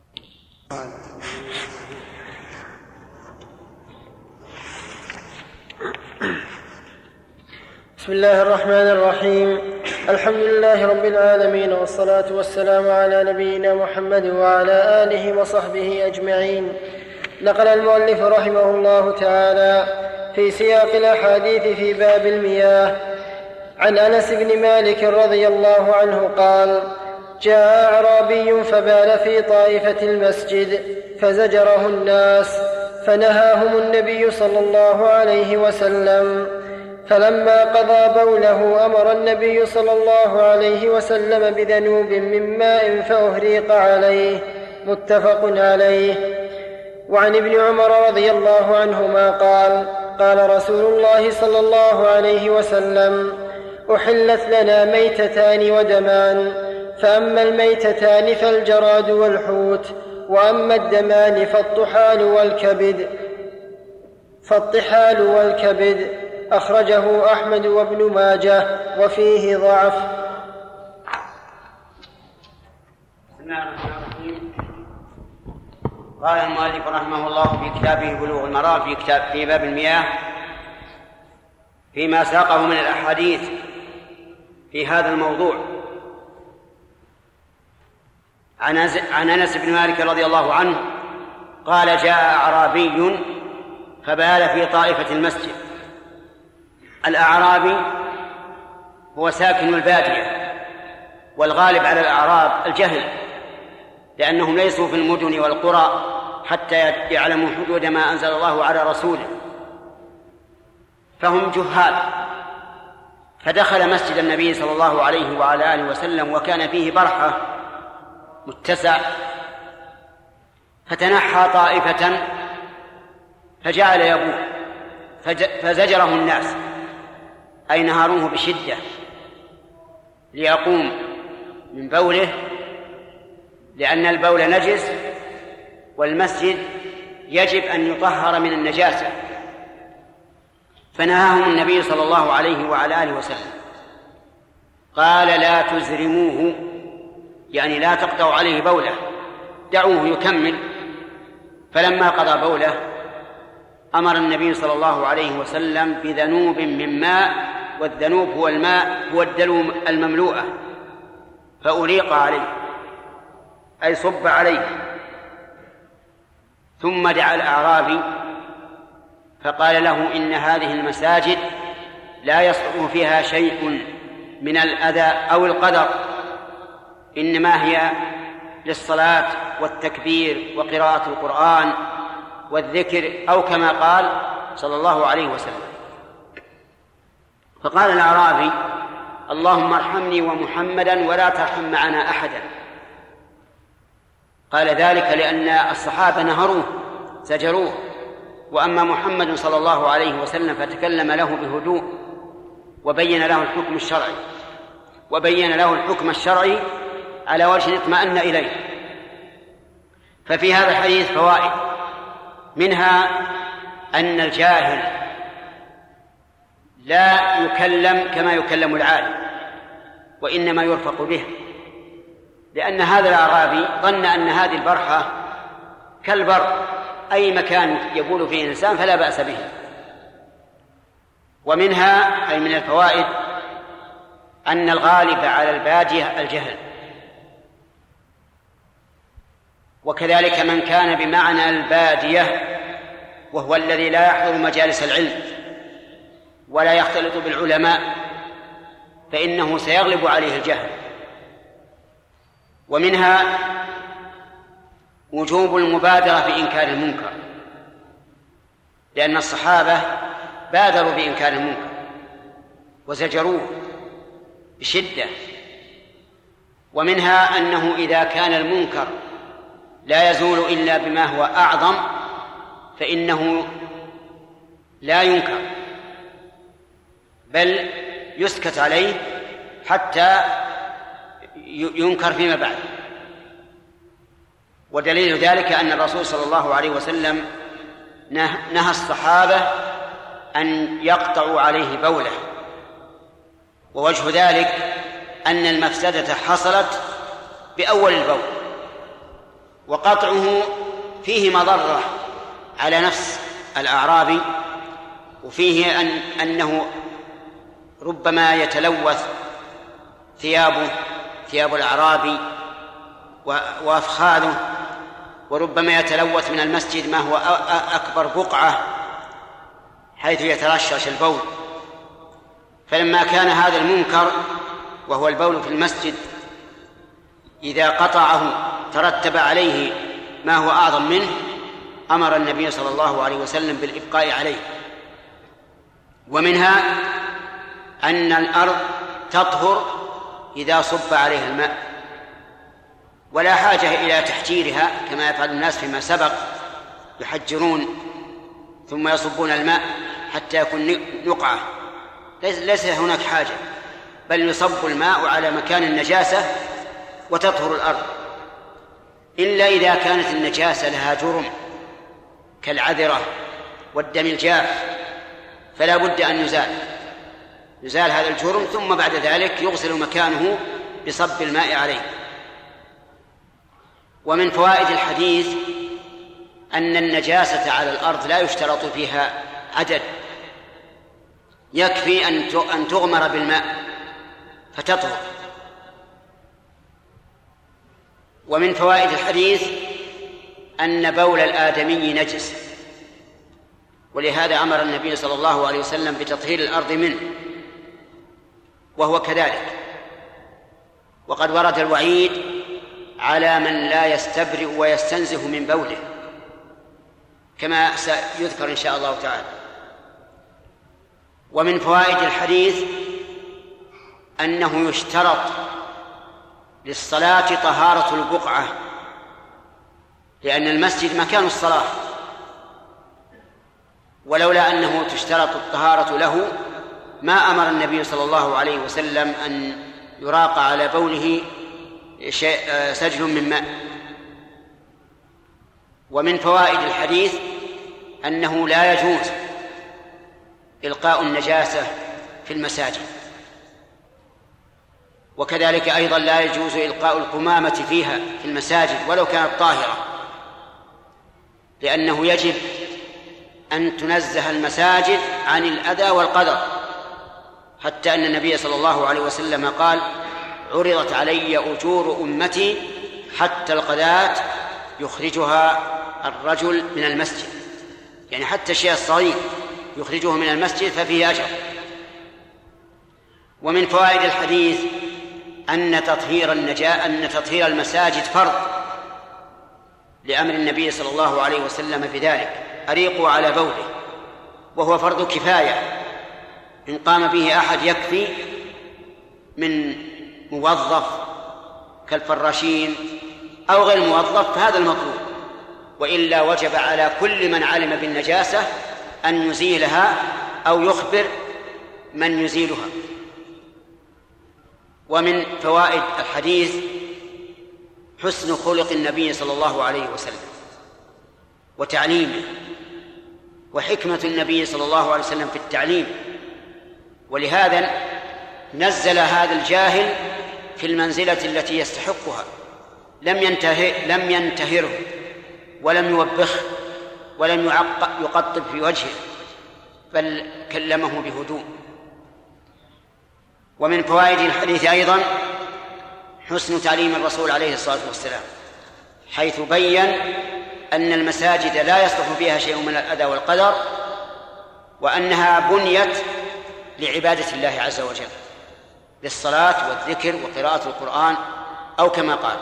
بسم الله الرحمن الرحيم. الحمد لله رب العالمين، والصلاة والسلام على نبينا محمد وعلى آله وصحبه أجمعين. نقل المؤلف رحمه الله تعالى في سياق الأحاديث في باب المياه عن أنس بن مالك رضي الله عنه قال: جاء أعرابي فبال في طائفة المسجد فزجره الناس فنهاهم النبي صلى الله عليه وسلم، فلما قضى بوله أمر النبي صلى الله عليه وسلم بذنوب من ماء فأهريق عليه. متفق عليه. وعن ابن عمر رضي الله عنهما قال: قال رسول الله صلى الله عليه وسلم: أحلت لنا ميتتان ودمان، فأما الميتتان فالجراد والحوت، وأما الدمان فالطحال والكبد فالطحال والكبد أخرجه أحمد وابن ماجه وفيه ضعف. بسم الله الرحمن الرحيم. قال المؤلف رحمه الله في كتابه بلوغ المرام في كتاب في باب المياه فيما ساقه من الأحاديث في هذا الموضوع عن أنس بن مالك رضي الله عنه قال: جاء أعرابي فبال في طائفة المسجد. الأعرابي هو ساكن البادية، والغالب على الأعراب الجهل، لأنهم ليسوا في المدن والقرى حتى يعلموا حدود ما أنزل الله على رسوله، فهم جهال. فدخل مسجد النبي صلى الله عليه وعلى آله وسلم وكان فيه برحة متسع، فتنحى طائفة فجعل يبول فزجره الناس، أي نهروه بشدة ليقوم من بوله، لأن البول نجس والمسجد يجب أن يطهر من النجاسة. فنهاهم النبي صلى الله عليه وعلى آله وسلم، قال: لا تزرموه، يعني لا تقطعوا عليه بوله، دعوه يكمل. فلما قضى بوله أمر النبي صلى الله عليه وسلم بذنوب من ماء، والذنوب هو الماء هو الدلو المملوءة، فأريق عليه أي صب عليه. ثم دعا الأعرابي فقال له: إن هذه المساجد لا يصلح فيها شيء من الأذى أو القدر، إنما هي للصلاة والتكبير وقراءة القرآن والذكر، أو كما قال صلى الله عليه وسلم. فقال الأعرابي: اللهم ارحمني ومحمدا ولا ترحم معنا أحدا. قال ذلك لأن الصحابة نهروه زجروه، وأما محمد صلى الله عليه وسلم فتكلم له بهدوء وبين له الحكم الشرعي وبين له الحكم الشرعي على وجه اطمأن إليه. ففي هذا الحديث فوائد، منها أن الجاهل لا يكلم كما يكلم العالم، وإنما يرفق به، لأن هذا الأعرابي ظن أن هذه البرحة كالبر، أي مكان يبول فيه الإنسان فلا بأس به. ومنها أي من الفوائد أن الغالب على البادية الجهل، وكذلك من كان بمعنى البادية وهو الذي لا يحضر مجالس العلم ولا يختلط بالعلماء فإنه سيغلب عليه الجهل. ومنها وجوب المبادرة في إنكار المنكر، لأن الصحابة بادروا بإنكار المنكر وزجروه بشدة. ومنها أنه إذا كان المنكر لا يزول إلا بما هو أعظم فإنه لا ينكر، بل يسكت عليه حتى ينكر فيما بعد. ودليل ذلك أن الرسول صلى الله عليه وسلم نهى الصحابة أن يقطعوا عليه بوله، ووجه ذلك أن المفسدة حصلت بأول البول، وقطعه فيه مضرة على نفس الأعرابي، وفيه أن أنه ربما يتلوث ثيابه ثياب الأعرابي وأفخاذه، وربما يتلوث من المسجد ما هو أكبر بقعة حيث يترشش البول. فلما كان هذا المنكر وهو البول في المسجد إذا قطعه ترتب عليه ما هو أعظم منه، أمر النبي صلى الله عليه وسلم بالإبقاء عليه. ومنها أن الأرض تطهر إذا صب عليها الماء، ولا حاجة إلى تحجيرها كما يفعل الناس فيما سبق، يحجرون ثم يصبون الماء حتى يكون نقعة. ليس هناك حاجة، بل يصب الماء على مكان النجاسة وتطهر الأرض، إلا إذا كانت النجاسة لها جرم كالعذرة والدم الجاف، فلا بد أن يزال يزال هذا الجرم، ثم بعد ذلك يغسل مكانه بصب الماء عليه. ومن فوائد الحديث أن النجاسة على الأرض لا يشترط فيها عدد، يكفي أن تغمر بالماء فتطهر. ومن فوائد الحديث أن بول الآدمي نجس، ولهذا أمر النبي صلى الله عليه وسلم بتطهير الأرض منه، وهو كذلك. وقد ورد الوعيد على من لا يستبرئ ويستنزه من بوله كما سيذكر إن شاء الله تعالى. ومن فوائد الحديث أنه يشترط للصلاة طهارة البقعة، لأن المسجد مكان الصلاة، ولولا أنه تشترط الطهارة له ما أمر النبي صلى الله عليه وسلم أن يراق على بوله سجل من ماء. ومن فوائد الحديث أنه لا يجوز إلقاء النجاسة في المساجد، وكذلك أيضا لا يجوز إلقاء القمامة فيها في المساجد ولو كانت طاهرة، لأنه يجب أن تنزه المساجد عن الأذى والقدر، حتى أن النبي صلى الله عليه وسلم قال: عرضت علي أجور أمتي حتى القذاة يخرجها الرجل من المسجد، يعني حتى الشيء الصغير يخرجه من المسجد ففيه أجر. ومن فوائد الحديث أن تطهير النجاة أن تطهير المساجد فرض، لأمر النبي صلى الله عليه وسلم بذلك: أريقوا على بوله، وهو فرض كفاية، إن قام به أحد يكفي من موظف كالفراشين أو غير موظف، فهذا المطلوب، وإلا وجب على كل من علم بالنجاسة أن يزيلها أو يخبر من يزيلها. ومن فوائد الحديث حسن خلق النبي صلى الله عليه وسلم وتعليمه، وحكمة النبي صلى الله عليه وسلم في التعليم، ولهذا نزل هذا الجاهل في المنزلة التي يستحقها، لم ينتهر لم ينتهره ولم يوبخه ولم يقطب في وجهه، بل كلمه بهدوء. ومن فوائد الحديث أيضا حسن تعليم الرسول عليه الصلاة والسلام، حيث بين أن المساجد لا يصلح فيها شيء من الأذى والقدر، وأنها بنيت لعبادة الله عز وجل، للصلاة والذكر وقراءة القرآن أو كما قال.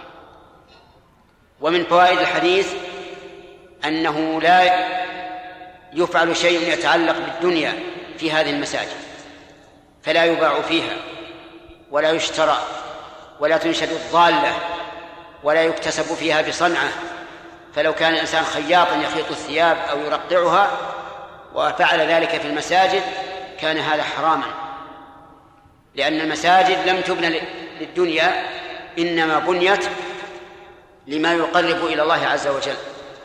ومن فوائد الحديث أنه لا يفعل شيء يتعلق بالدنيا في هذه المساجد، فلا يباع فيها ولا يشترى ولا تنشد الضالة ولا يكتسب فيها بصنعة. فلو كان الإنسان خياطا يخيط الثياب أو يرقعها وفعل ذلك في المساجد كان هذا حراما، لأن المساجد لم تبنى للدنيا، إنما بنيت لما يقرب إلى الله عز وجل.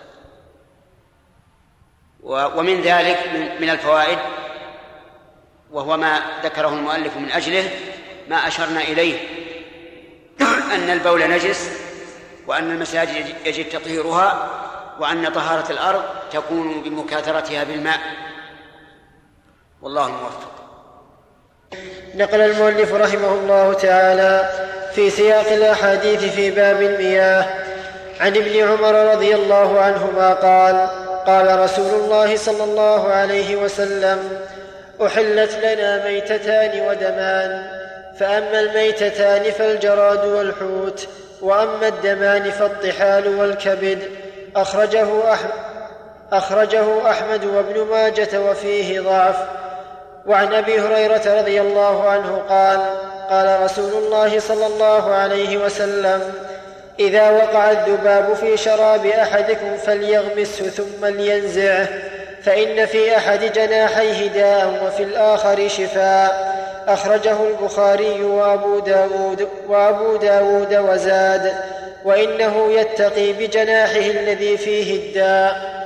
ومن ذلك من الفوائد، وهو ما ذكره المؤلف من أجله ما أشرنا إليه، أن البول نجس، وأن المساجد يجب تطهيرها، وأن طهارة الأرض تكون بمكاثرتها بالماء. والله الموفق. نقل المؤلف رحمه الله تعالى في سياق الأحاديث في باب المياه عن ابن عمر رضي الله عنهما قال: قال رسول الله صلى الله عليه وسلم: أحلت لنا ميتتان ودمان، فأما الميتتان فالجراد والحوت، وأما الدمان فالطحال والكبد. أخرجه أحمد, أخرجه أحمد وابن ماجة وفيه ضعف. وعن أبي هريرة رضي الله عنه قال: قال رسول الله صلى الله عليه وسلم: إذا وقع الذباب في شراب أحدكم فليغمسه ثم لينزعه، فإن في أحد جناحيه داء وفي الآخر شفاء. أخرجه البخاري وأبو داود, وأبو داود وزاد: وإنه يتقي بجناحه الذي فيه الداء.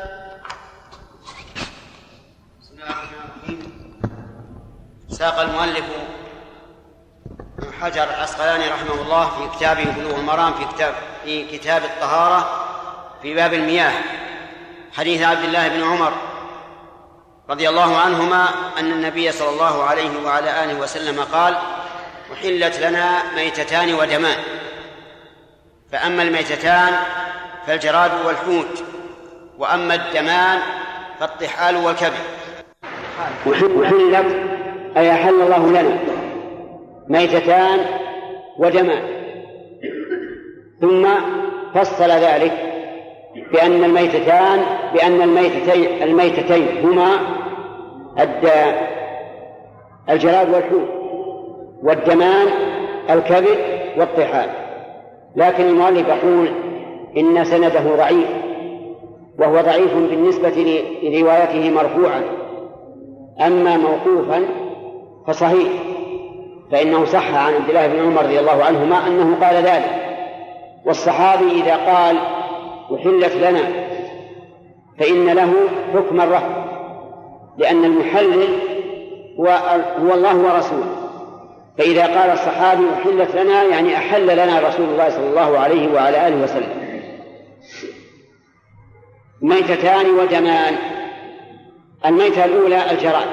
ساق المؤلف ابن حجر العسقلاني رحمه الله في كتابه بلوغ المرام في كتاب, في كتاب الطهارة في باب المياه حديث عبد الله بن عمر رضي الله عنهما أن النبي صلى الله عليه وعلى آله وسلم قال: أحلت لنا ميتتان ودمان، فأما الميتتان فالجراد والحوت، وأما الدمان فالطحال والكبد. أحلت أي أحل الله لنا ميتتان ودمان، ثم فصل ذلك بأن الميتتان بأن الميتتين, الميتتين هما الجراد والحوت، والدمان الكبد والطحال. لكن المؤلف يقول إن سنده ضعيف، وهو ضعيف بالنسبة لروايته مرفوعا، أما موقوفا فصحيح، فإنه صح عن عبد الله بن عمر رضي الله عنهما أنه قال ذلك. والصحابي إذا قال أحلت لنا فإن له حكم الرفع، لأن المحلل هو الله ورسوله. فإذا قال الصحابي أحلت لنا يعني أحل لنا رسول الله صلى الله عليه وعلى آله وسلم. ميتتان ودمان. الميتة الأولى الجراد،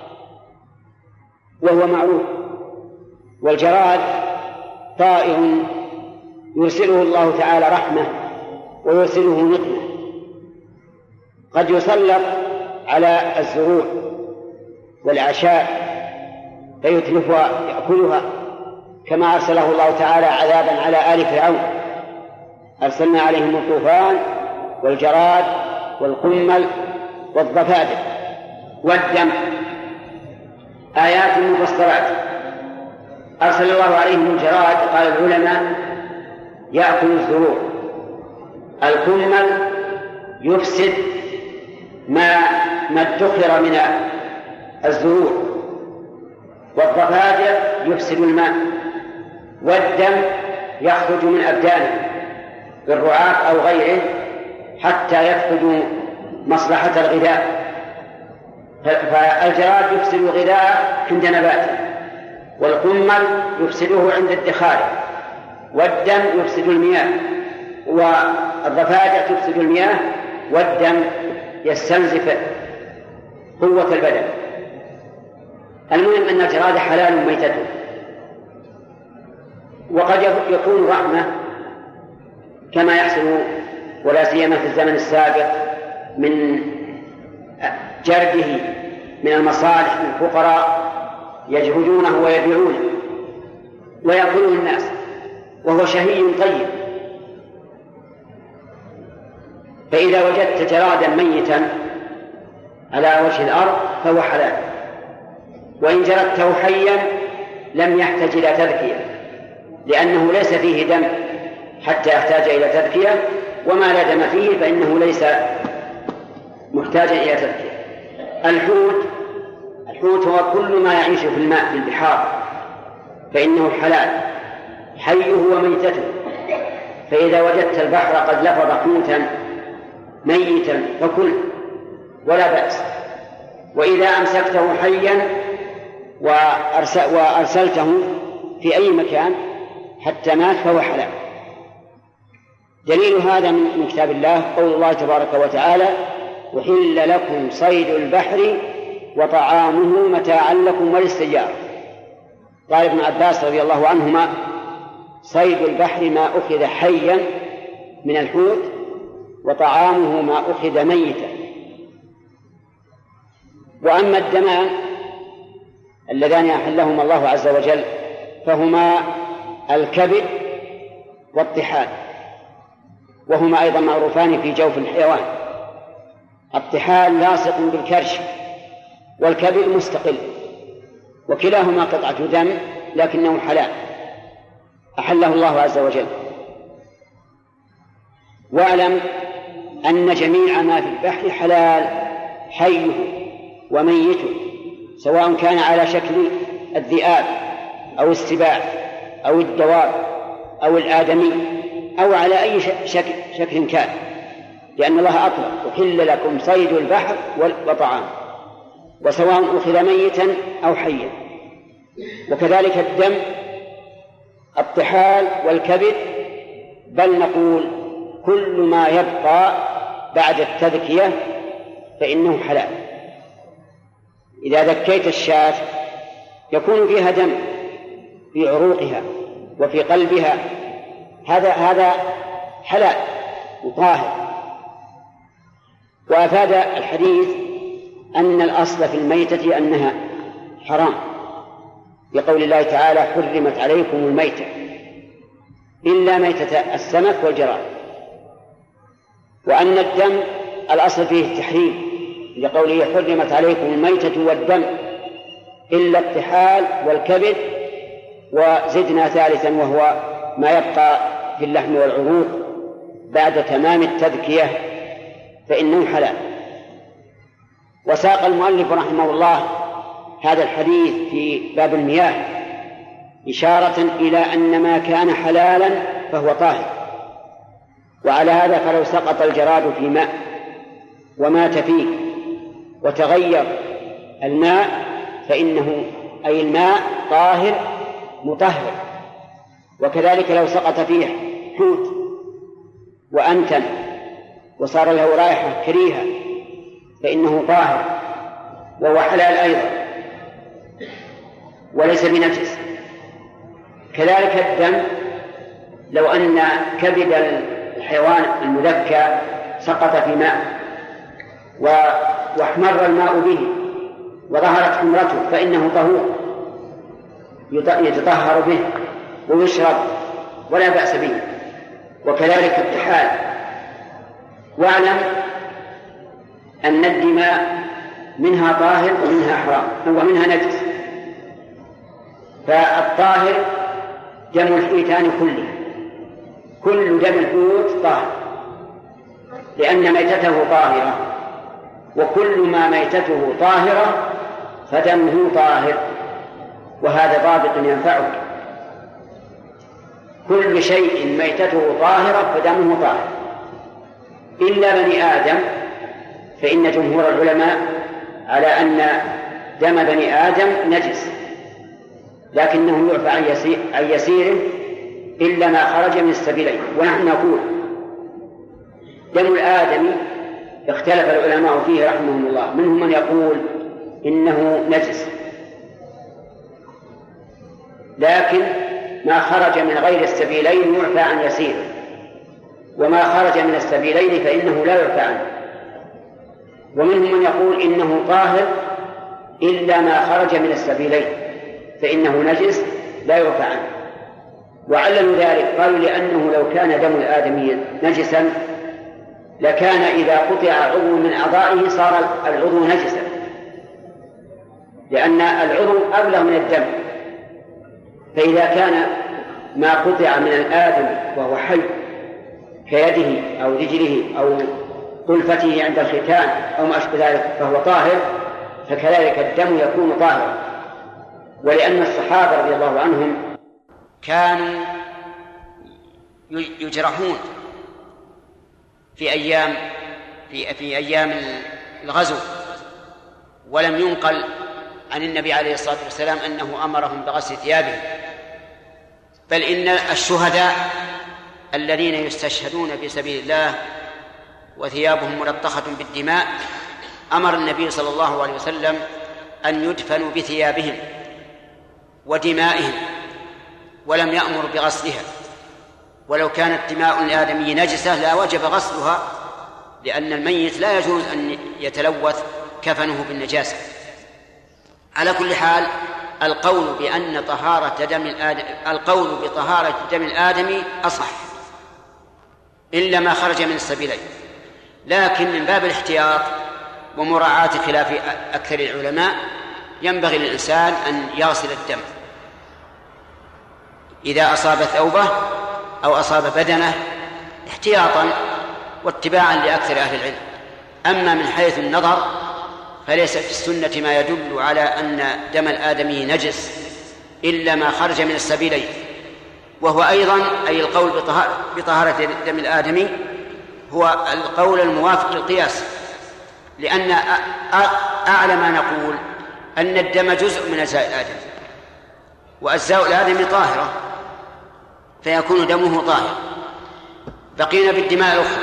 وهو معروف، والجراد طائر يرسله الله تعالى رحمة ويرسله نقمة، قد يسلط على الزروع والأعشاب فيتلفها يأكلها، كما أرسله الله تعالى عذابا على آل فرعون: أرسلنا عليهم الطوفان والجراد والقمل والضفادع والدم آيات مفصلات. أرسل الله عليهم الجراد، قال العلماء يأكل الزروع، الكمل يفسد ما ما ادخر من الزروع، والضفادع يفسد الماء، والدم يخرج من أبدانه بالرعاف أو غيره حتى يفقد مصلحة الغذاء. فالجراد يفسد الغذاء عند نباته، والقمل يفسده عند ادخاره، والدم يفسد المياه، والضفادع تفسد المياه، والدم يستنزف قوة البدن. المهم أن الجراد حلال ميتته، وقد يكون رحمة كما يحصل ولا سيما في الزمن السابق من جرده من المصالح للفقراء يجهدونه ويبيعونه ويأكله الناس وهو شهي طيب. فإذا وجدت جرادا ميتا على وجه الأرض فهو حلال، وإن جردته حيا لم يحتاج إلى تذكية، لأنه ليس فيه دم حتى يحتاج إلى تذكية، وما لا دم فيه فإنه ليس محتاجا إلى تذكية. الحوت الحوت هو كل ما يعيش في الماء في البحار فإنه حلال، حيه وميتته. فإذا وجدت البحر قد لفظ حوتا ميتا فكل ولا بأس، وإذا أمسكته حيا وأرسلته في أي مكان حتى مات فهو حلال. دليل هذا من كتاب الله قول الله تبارك وتعالى: أحل لكم صيد البحر وطعامه متاعا لكم وللسيارة. قال ابن عباس رضي الله عنهما: صيد البحر ما أخذ حيا من الحوت، وطعامه ما أخذ ميتا. وأما الدمان اللذان أحلهما الله عز وجل فهما الكبد والطحال، وهما أيضا معروفان في جوف الحيوان. الطحال لاصق بالكرش، والكبد مستقل، وكلاهما قطعة دم لكنه حلال أحله الله عز وجل. واعلم أن جميع ما في البحر حلال، حيه وميته، سواء كان على شكل الذئاب أو السباع أو الدواب أو الآدمي أو على أي شكل, شكل كان، لأن الله أطلق: أحل لكم صيد البحر وطعام، وسواء أخذ ميتا أو حيا. وكذلك الدم، الطحال والكبد، بل نقول كل ما يبقى بعد التذكية فإنه حلال. إذا ذكيت الشاة يكون فيها دم في عروقها وفي قلبها، هذا هذا حلال وطاهر. وأفاد الحديث أن الأصل في الميتة أنها حرام، بقول الله تعالى: حرمت عليكم الميتة إلا ميتة السمك والجراد. وأن الدم الأصل فيه التحريم، لقوله: حرمت عليكم الميتة والدم إلا الطحال والكبد. وزدنا ثالثا وهو ما يبقى في اللحم والعروق بعد تمام التذكية فإنه حلال. وساق المؤلف رحمه الله هذا الحديث في باب المياه إشارة إلى أن ما كان حلالا فهو طاهر. وعلى هذا فلو سقط الجراد في ماء ومات فيه وتغير الماء فإنه أي الماء طاهر مطهر. وكذلك لو سقط فيه حوت وأنتن وصار له رائحة كريهة فإنه طاهر وهو حلال أيضا وليس بنجس. كذلك الدم، لو أن كبد الحيوان المذكى سقط في ماء واحمر الماء به وظهرت حمرته فإنه طهور يتطهر به ويشرب ولا بأس به. وكذلك الطحال. واعلم أن الدماء منها طاهر ومنها حرام ومنها نجس. فالطاهر دم الحيتان كله، كل دم الحوت طاهر لأن ميتته طاهرة، وكل ما ميتته طاهرة فدمه طاهر. وهذا ضابط ينفعك: كل شيء ميتته طاهرة فدمه طاهر إلا بني آدم، فإن جمهور العلماء على أن دم بني آدم نجس، لكنه يعفى عن يسير عن يسيره إلا ما خرج من السبيلين. ونحن نقول دم الآدمي اختلف العلماء فيه رحمهم الله، منهم من يقول إنه نجس لكن ما خرج من غير السبيلين يعفى عن يسيره، وما خرج من السبيلين فإنه لا يعفى عنه. ومنهم من يقول إنه طاهر إلا ما خرج من السبيلين فإنه نجس لا يعفى عنه. وعللوا ذلك قالوا لأنه لو كان دم الآدمي نجسا لكان إذا قطع عضو من أعضائه صار العضو نجسا، لأن العضو أبلغ من الدم. فإذا كان ما قطع من الآدم وهو حي كيده أو رجله أو طلفته عند الختان أو ما أشبه ذلك فهو طاهر، فكذلك الدم يكون طاهرا. ولأن الصحابة رضي الله عنهم كانوا يجرحون في أيام في, في أيام الغزو، ولم ينقل عن النبي عليه الصلاة والسلام أنه أمرهم بغسل ثيابه، بل إن الشهداء الذين يستشهدون في سبيل الله وثيابهم ملطخة بالدماء أمر النبي صلى الله عليه وسلم أن يدفنوا بثيابهم ودمائهم، ولم يأمر بغسلها. ولو كانت دماء الآدمي نجسة لا وجب غسلها، لأن الميت لا يجوز أن يتلوث كفنه بالنجاسة. على كل حال القول بأن طهارة دم الآدم القول بطهارة دم الآدمي أصح إلا ما خرج من السبيلين، لكن من باب الاحتياط ومراعاة خلاف أكثر العلماء ينبغي للإنسان أن يغسل الدم إذا أصاب ثوبه أو أصاب بدنه احتياطا واتباعا لأكثر أهل العلم. أما من حيث النظر فليس في السنة ما يدل على أن دم الآدمي نجس إلا ما خرج من السبيلين، وهو أيضا أي القول بطهارة دم الآدمي هو القول الموافق للقياس، لأن أعلى ما نقول أن الدم جزء من أجزاء الآدم، وأجزاء الآدم طاهرة فيكون دمه طاهر. بقينا بالدماء الأخرى.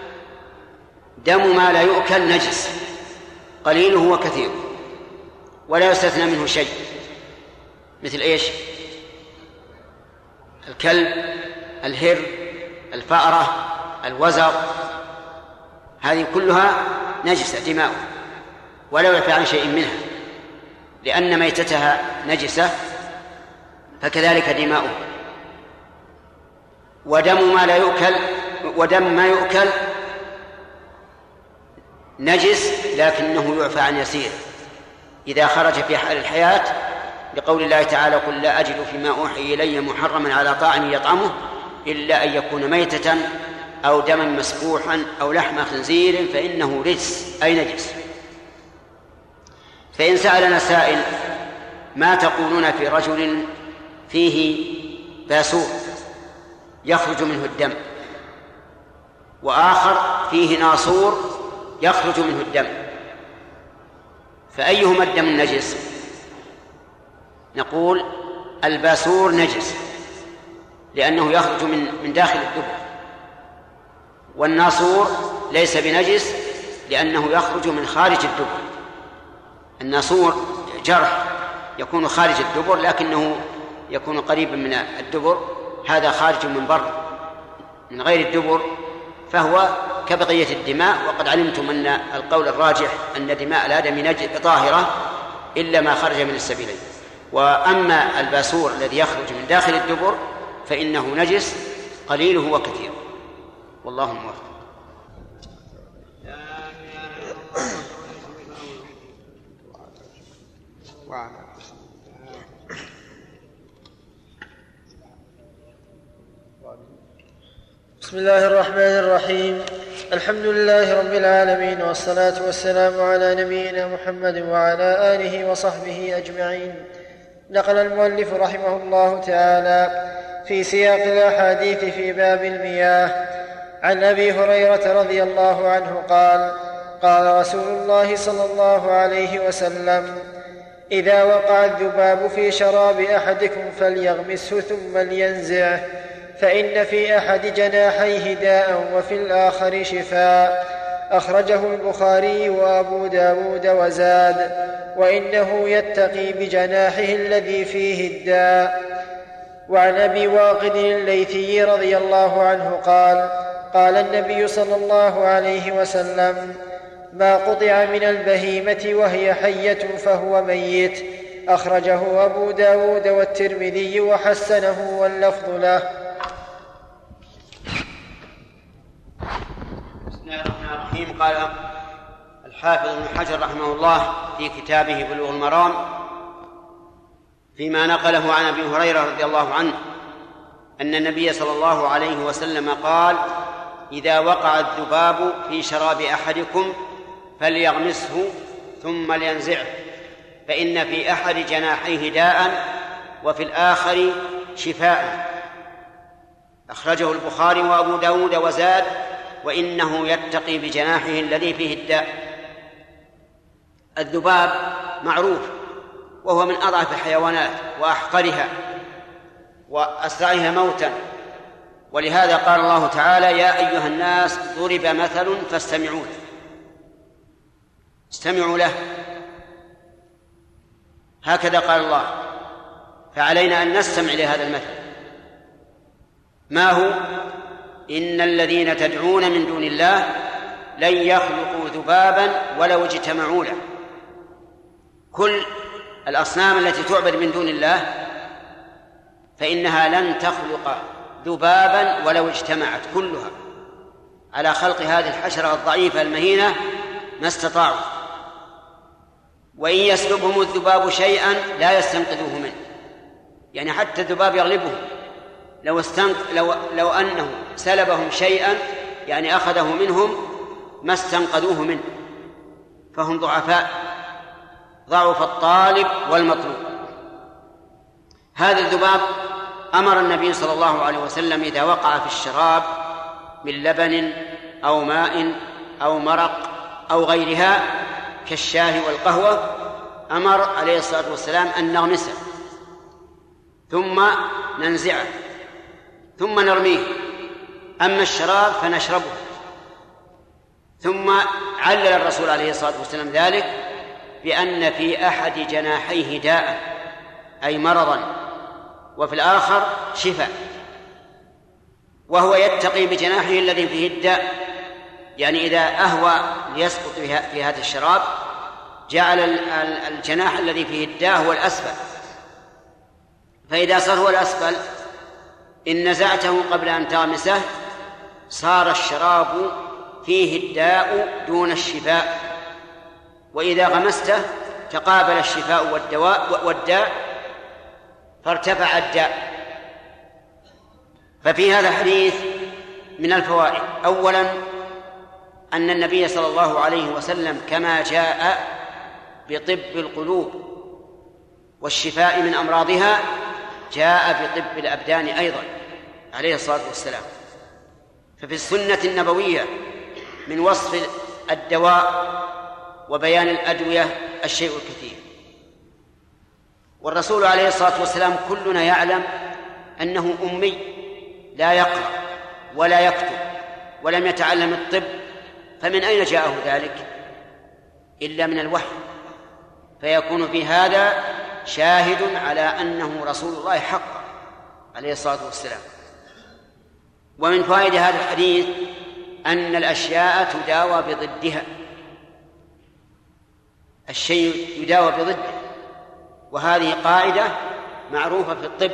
دم ما لا يؤكل نجس قليله وكثيره ولا يستثنى منه شيء، مثل إيش؟ الكلب، الهر، الفأرة، الوزغ، هذه كلها نجسة دماؤه ولا يعفى عن شيء منها، لأن ميتتها نجسة فكذلك دماؤه. ودم ما لا يؤكل ودم ما يؤكل نجس لكنه يعفى عن يسير إذا خرج في حال الحياة، لقول الله تعالى: قل لا أجد فيما أوحي إلي محرما على طاعم يطعمه إلا أن يكون ميتة أو دما مسفوحا أو لحم خنزير فإنه رجس أي نجس. فإن سألنا سائل: ما تقولون في رجل فيه باسور يخرج منه الدم، وآخر فيه ناصور يخرج منه الدم، فأيهما الدم النجس؟ نقول الباسور نجس لأنه يخرج من من داخل الدبر، والناصور ليس بنجس لأنه يخرج من خارج الدبر. الناصور جرح يكون خارج الدبر لكنه يكون قريبا من الدبر، هذا خارج من بر من غير الدبر، فهو كبقية الدماء. وقد علمتم أن القول الراجح أن دماء الآدم طاهرة إلا ما خرج من السبيلين. وأما الباسور الذي يخرج من داخل الدبر فإنه نجس قليله وكثيره، والله موفق. بسم الله الرحمن الرحيم. الحمد لله رب العالمين، والصلاة والسلام على نبينا محمد وعلى آله وصحبه أجمعين. نقل المؤلف رحمه الله تعالى في سياق الأحاديث في باب المياه عن أبي هريرة رضي الله عنه قال: قال رسول الله صلى الله عليه وسلم: إذا وقع الذباب في شراب أحدكم فليغمسه ثم لينزعه، فإن في أحد جناحيه داء وفي الآخر شفاء. أخرجه البخاري وأبو داود وزاد: وإنه يتقي بجناحه الذي فيه الداء. وعن أبي واقد الليثي رضي الله عنه قال: قال النبي صلى الله عليه وسلم: ما قطع من البهيمة وهي حية فهو ميت. أخرجه أبو داود والترمذي وحسنه واللفظ له. بسم الله الرحمن الرحيم. قال الحافظ ابن حجر رحمه الله في كتابه بلوغ المرام فيما نقله عن أبي هريرة رضي الله عنه أن النبي صلى الله عليه وسلم قال: إذا وقع الذباب في شراب أحدكم فليغمسه ثم لينزعه، فإن في أحد جناحيه داء وفي الآخر شفاء. أخرجه البخاري وأبو داود وزاد: وإنه يتقي بجناحه الذي فيه الداء. الذباب معروف وهو من أضعف الحيوانات وأحقرها وأسرعها موتا، ولهذا قال الله تعالى: يا أيها الناس ضرب مثل فاستمعوا له. استمعوا له، هكذا قال الله، فعلينا أن نستمع لهذا المثل. ما هو؟ إن الذين تدعون من دون الله لن يخلقوا ذبابا ولو اجتمعوا له. كل الأصنام التي تعبد من دون الله فإنها لن تخلق ذبابا ولو اجتمعت كلها على خلق هذه الحشرة الضعيفة المهينة ما استطاعوا. وإن يسلبهم الذباب شيئا لا يستنقذوه منه، يعني حتى الذباب يغلبهم. لو, لو, لو أنه سلبهم شيئا يعني أخذه منهم ما استنقذوه منه، فهم ضعفاء، ضعف الطالب والمطلوب. هذا الذباب أمر النبي صلى الله عليه وسلم إذا وقع في الشراب من لبن أو ماء أو مرق أو غيرها كالشاي والقهوة، أمر عليه الصلاة والسلام أن نغمسه ثم ننزعه ثم نرميه. أما الشراب فنشربه. ثم علل الرسول عليه الصلاة والسلام ذلك بأن في أحد جناحيه داء أي مرضا وفي الآخر شفاء، وهو يتقي بجناحه الذي فيه الداء، يعني إذا أهوى ليسقط في هذا الشراب جعل الجناح الذي فيه الداء هو الأسفل، فإذا صار هو الأسفل إن نزعته قبل أن تغمسه صار الشراب فيه الداء دون الشفاء، وإذا غمسته تقابل الشفاء والدواء والداء فارتفع الداء. ففي هذا الحديث من الفوائد: أولا أن النبي صلى الله عليه وسلم كما جاء بطب القلوب والشفاء من أمراضها جاء بطب الأبدان أيضا عليه الصلاة والسلام. ففي السنة النبوية من وصف الدواء وبيان الأدوية الشيء الكثير. والرسول عليه الصلاة والسلام كلنا يعلم أنه أمي لا يقرأ ولا يكتب ولم يتعلم الطب، فمن أين جاءه ذلك إلا من الوحي؟ فيكون في هذا شاهد على أنه رسول الله حقا عليه الصلاة والسلام. ومن فوائد هذا الحديث أن الأشياء تداوى بضدها، الشيء يداوى بضده، وهذه قاعدة معروفة في الطب.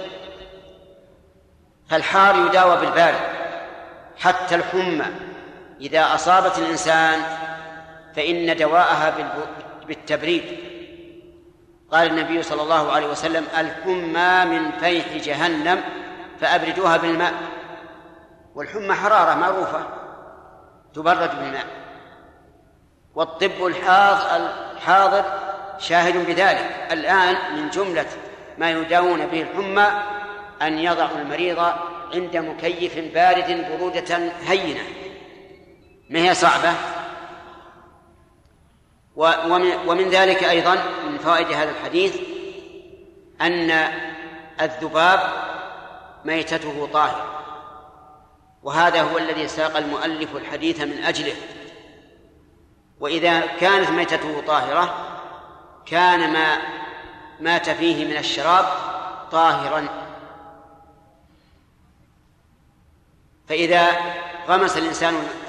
فالحار يداوى بالبارد، حتى الحمى إذا أصابت الإنسان فإن دواءها بالتبريد. قال النبي صلى الله عليه وسلم: الحمى من فيح جهنم فأبردوها بالماء. والحمى حرارة معروفة تبرد بالماء، والطب الحاضر شاهد بذلك. الآن من جملة ما يداوون به الحمى أن يضعوا المريض عند مكيف بارد برودة هينة، ما هي صعبة، ومن ذلك أيضا من فوائد هذا الحديث أن الذباب ميتته طاهر، وهذا هو الذي ساق المؤلف الحديث من أجله. وإذا كانت ميتته طاهرة كان ما مات فيه من الشراب طاهرا. فإذا غمس الإنسان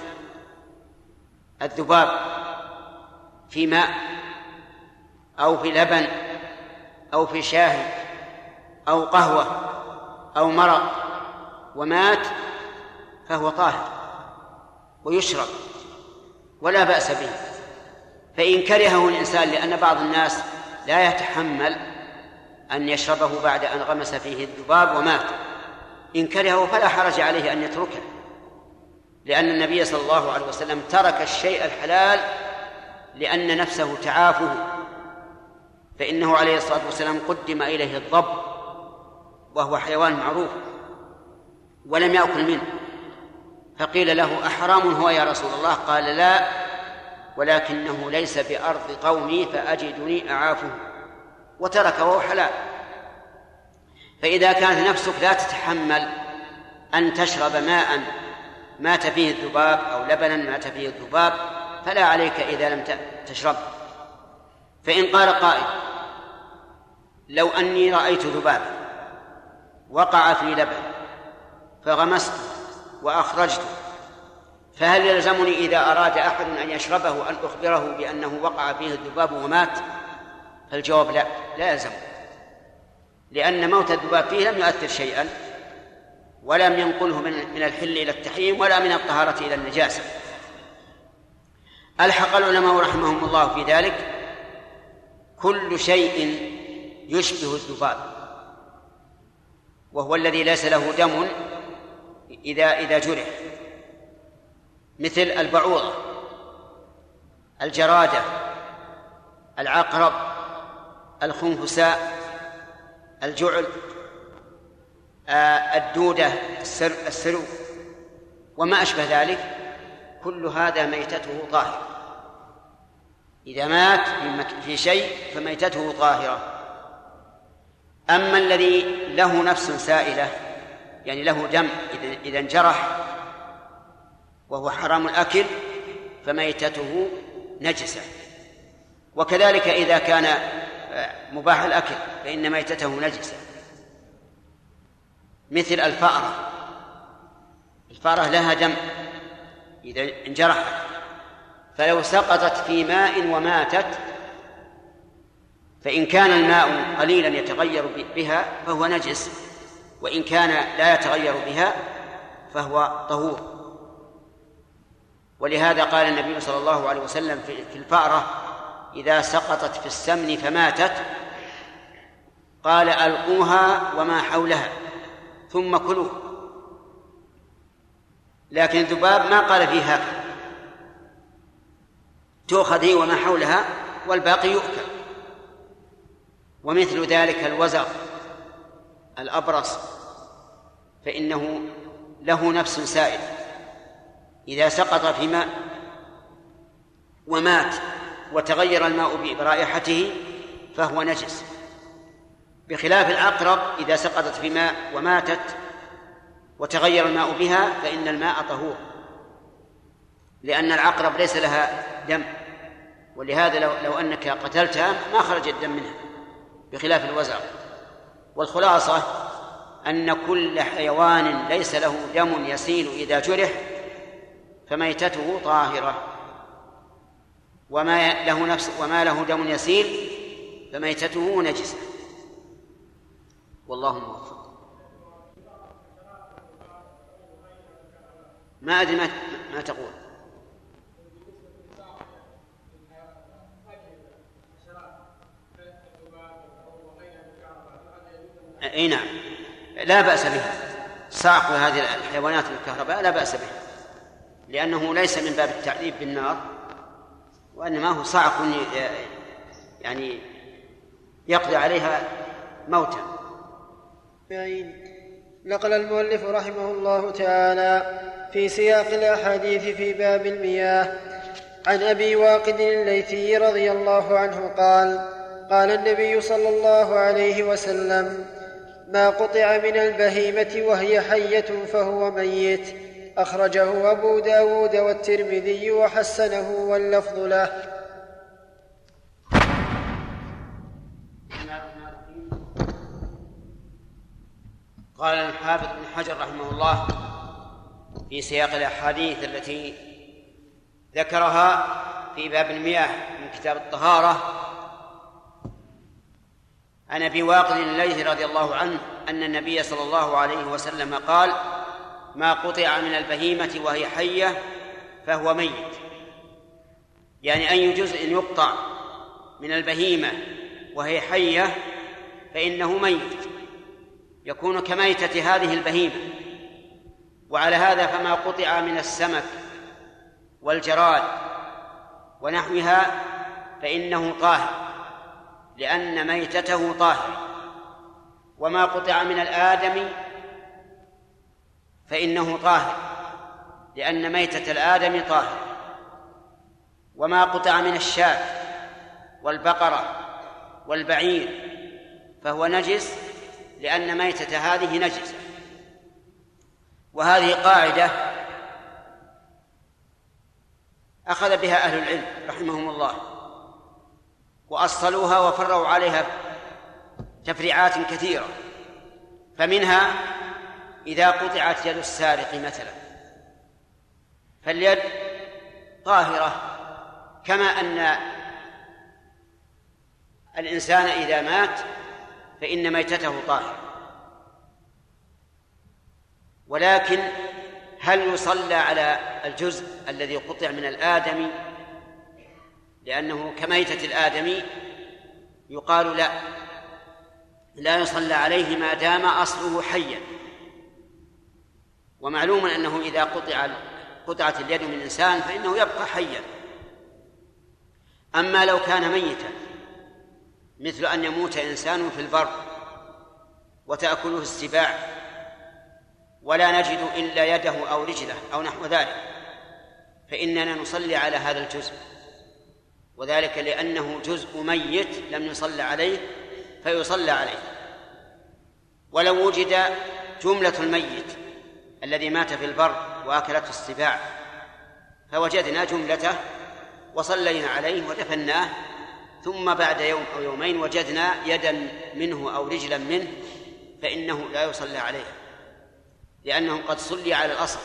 الذباب في ماء أو في لبن أو في شاهي أو قهوة أو مرق ومات فهو طاهر ويشرب ولا بأس به. فإن كرهه الإنسان، لأن بعض الناس لا يتحمل أن يشربه بعد أن غمس فيه الذباب ومات، إن كرهه فلا حرج عليه أن يتركه، لأن النبي صلى الله عليه وسلم ترك الشيء الحلال لأن نفسه تعافه، فإنه عليه الصلاة والسلام قدم إليه الضب وهو حيوان معروف ولم يأكل منه، فقيل له أحرام هو يا رسول الله؟ قال لا، ولكنه ليس بأرض قومي فأجدني أعافه، وترك وهو حلال. فإذا كانت نفسك لا تتحمل أن تشرب ماء مات فيه الذباب أو لبنا مات فيه الذباب فلا عليك إذا لم تشرب. فإن قال قائل لو أني رأيت ذباب وقع في لبن فغمسته وأخرجته، فهل يلزمني إذا أراد أحد أن يشربه أن أخبره بأنه وقع فيه الذباب ومات؟ فالجواب لا، لا يلزم، لأن موت الذباب فيه لم يؤثر شيئا ولم ينقله من الحل إلى التحريم ولا من الطهارة إلى النجاسة. ألحق العلماء رحمهم الله في ذلك كل شيء يشبه الذباب، وهو الذي ليس له دم إذا إذا جرح، مثل البعوضة، الجرادة، العقرب، الخنفساء، الجعل، الدودة، السرو وما أشبه ذلك، كل هذا ميتته طاهرة. إذا مات في شيء فميتته طاهرة. أما الذي له نفس سائلة يعني له دم إذا انجرح وهو حرام الأكل فميتته نجسة، وكذلك إذا كان مباح الأكل فإن ميتته نجسة، مثل الفأرة. الفأرة لها دم إذا انجرحت، فلو سقطت في ماء وماتت فإن كان الماء قليلا يتغير بها فهو نجس، وإن كان لا يتغير بها فهو طهور. ولهذا قال النبي صلى الله عليه وسلم في الفأرة إذا سقطت في السمن فماتت قال ألقوها وما حولها ثم كلوه. لكن الذباب ما قال فيه هكذا، تؤخذ هي وما حولها والباقي يؤكل. ومثل ذلك الوزغ الأبرص فإنه له نفس سائل، إذا سقط في ماء ومات وتغير الماء برائحته فهو نجس، بخلاف العقرب إذا سقطت في ماء وماتت وتغير الماء بها فإن الماء طهور، لأن العقرب ليس لها دم، ولهذا لو, لو أنك قتلتها ما خرج الدم منها، بخلاف الوزغ. والخلاصة أن كل حيوان ليس له دم يسيل إذا جرح فميتته طاهرة، وما له نفس وما له دم يسيل فميتته نجسة. والله موفق. ما أدري ما, ما تقول. أي نعم، لا بأس به. صعق هذه الحيوانات الكهرباء لا بأس به، لأنه ليس من باب التعذيب بالنار، وإنما هو صعق يعني يقضي عليها موتا. نقل المؤلف رحمه الله تعالى في سياق الأحاديث في باب المياه عن أبي واقد الليثي رضي الله عنه قال قال النبي صلى الله عليه وسلم: ما قطع من البهيمة وهي حية فهو ميت. أخرجه أبو داود والترمذي وحسنه واللفظ له. قال الحافظ ابن حجر رحمه الله في سياق الأحاديث التي ذكرها في باب المياه من كتاب الطهارة عن أبي واقد الليثي رضي الله عنه أن النبي صلى الله عليه وسلم قال: ما قطع من البهيمة وهي حية فهو ميت. يعني أي جزء يقطع من البهيمة وهي حية فإنه ميت، يكون كميتة هذه البهيمة. وعلى هذا فما قطع من السمك والجراد ونحوها فإنه طاهر لأن ميتته طاهر، وما قطع من الآدم فإنه طاهر لأن ميتة الآدم طاهر، وما قطع من الشاة والبقرة والبعير فهو نجس لأن ميتة هذه نجس. وهذه قاعدة أخذ بها أهل العلم رحمهم الله وأصلوها وفرعوا عليها تفريعات كثيرة. فمنها إذا قطعت يد السارق مثلا فاليد طاهرة، كما أن الإنسان إذا مات فإن ميتته طاهرة. ولكن هل يصلى على الجزء الذي قطع من الآدمي لأنه كميتة الآدمي؟ يقال لا، لا يصلى عليه ما دام أصله حيا. ومعلوم أنه إذا قطع قطعت اليد من إنسان فإنه يبقى حيا. أما لو كان ميتا مثل أن يموت إنسان في البر وتأكله السباع ولا نجد إلا يده أو رجله أو نحو ذلك فإننا نصلي على هذا الجزء، وذلك لأنه جزء ميت لم يصلى عليه فيصلى عليه. ولو وجد جملة الميت الذي مات في البر وأكلته السباع فوجدنا جملته وصلينا عليه ودفناه، ثم بعد يوم أو يومين وجدنا يدا منه أو رجلا منه فإنه لا يصلى عليه لأنه قد صلي على الأصل.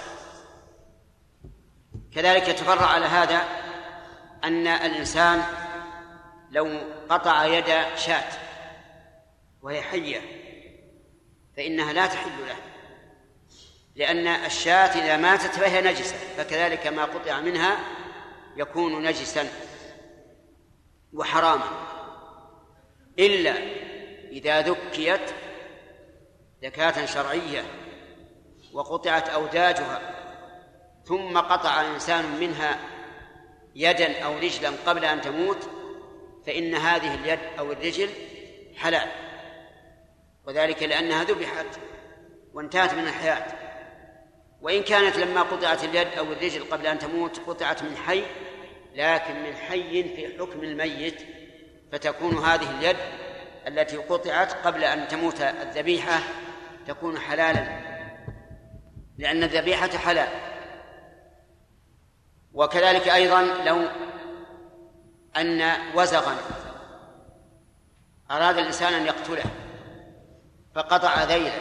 كذلك يتفرع على هذا أن الإنسان لو قطع يد شاة وهي حية فإنها لا تحل له، لأن الشاة إذا ماتت فهي نجسة، فكذلك ما قطع منها يكون نجسا وحراما، إلا إذا ذكيت زكاة شرعية وقطعت أوداجها ثم قطع إنسان منها يدا أو رجلا قبل أن تموت فإن هذه اليد أو الرجل حلال، وذلك لأنها ذبحت وانتهت من الحياة. وإن كانت لما قطعت اليد أو الرجل قبل أن تموت قطعت من حي، لكن من حي في حكم الميت، فتكون هذه اليد التي قطعت قبل أن تموت الذبيحة تكون حلالا لأن الذبيحة حلال. وكذلك أيضا لو أن وزغا أراد الإنسان أن يقتله فقطع ذيله،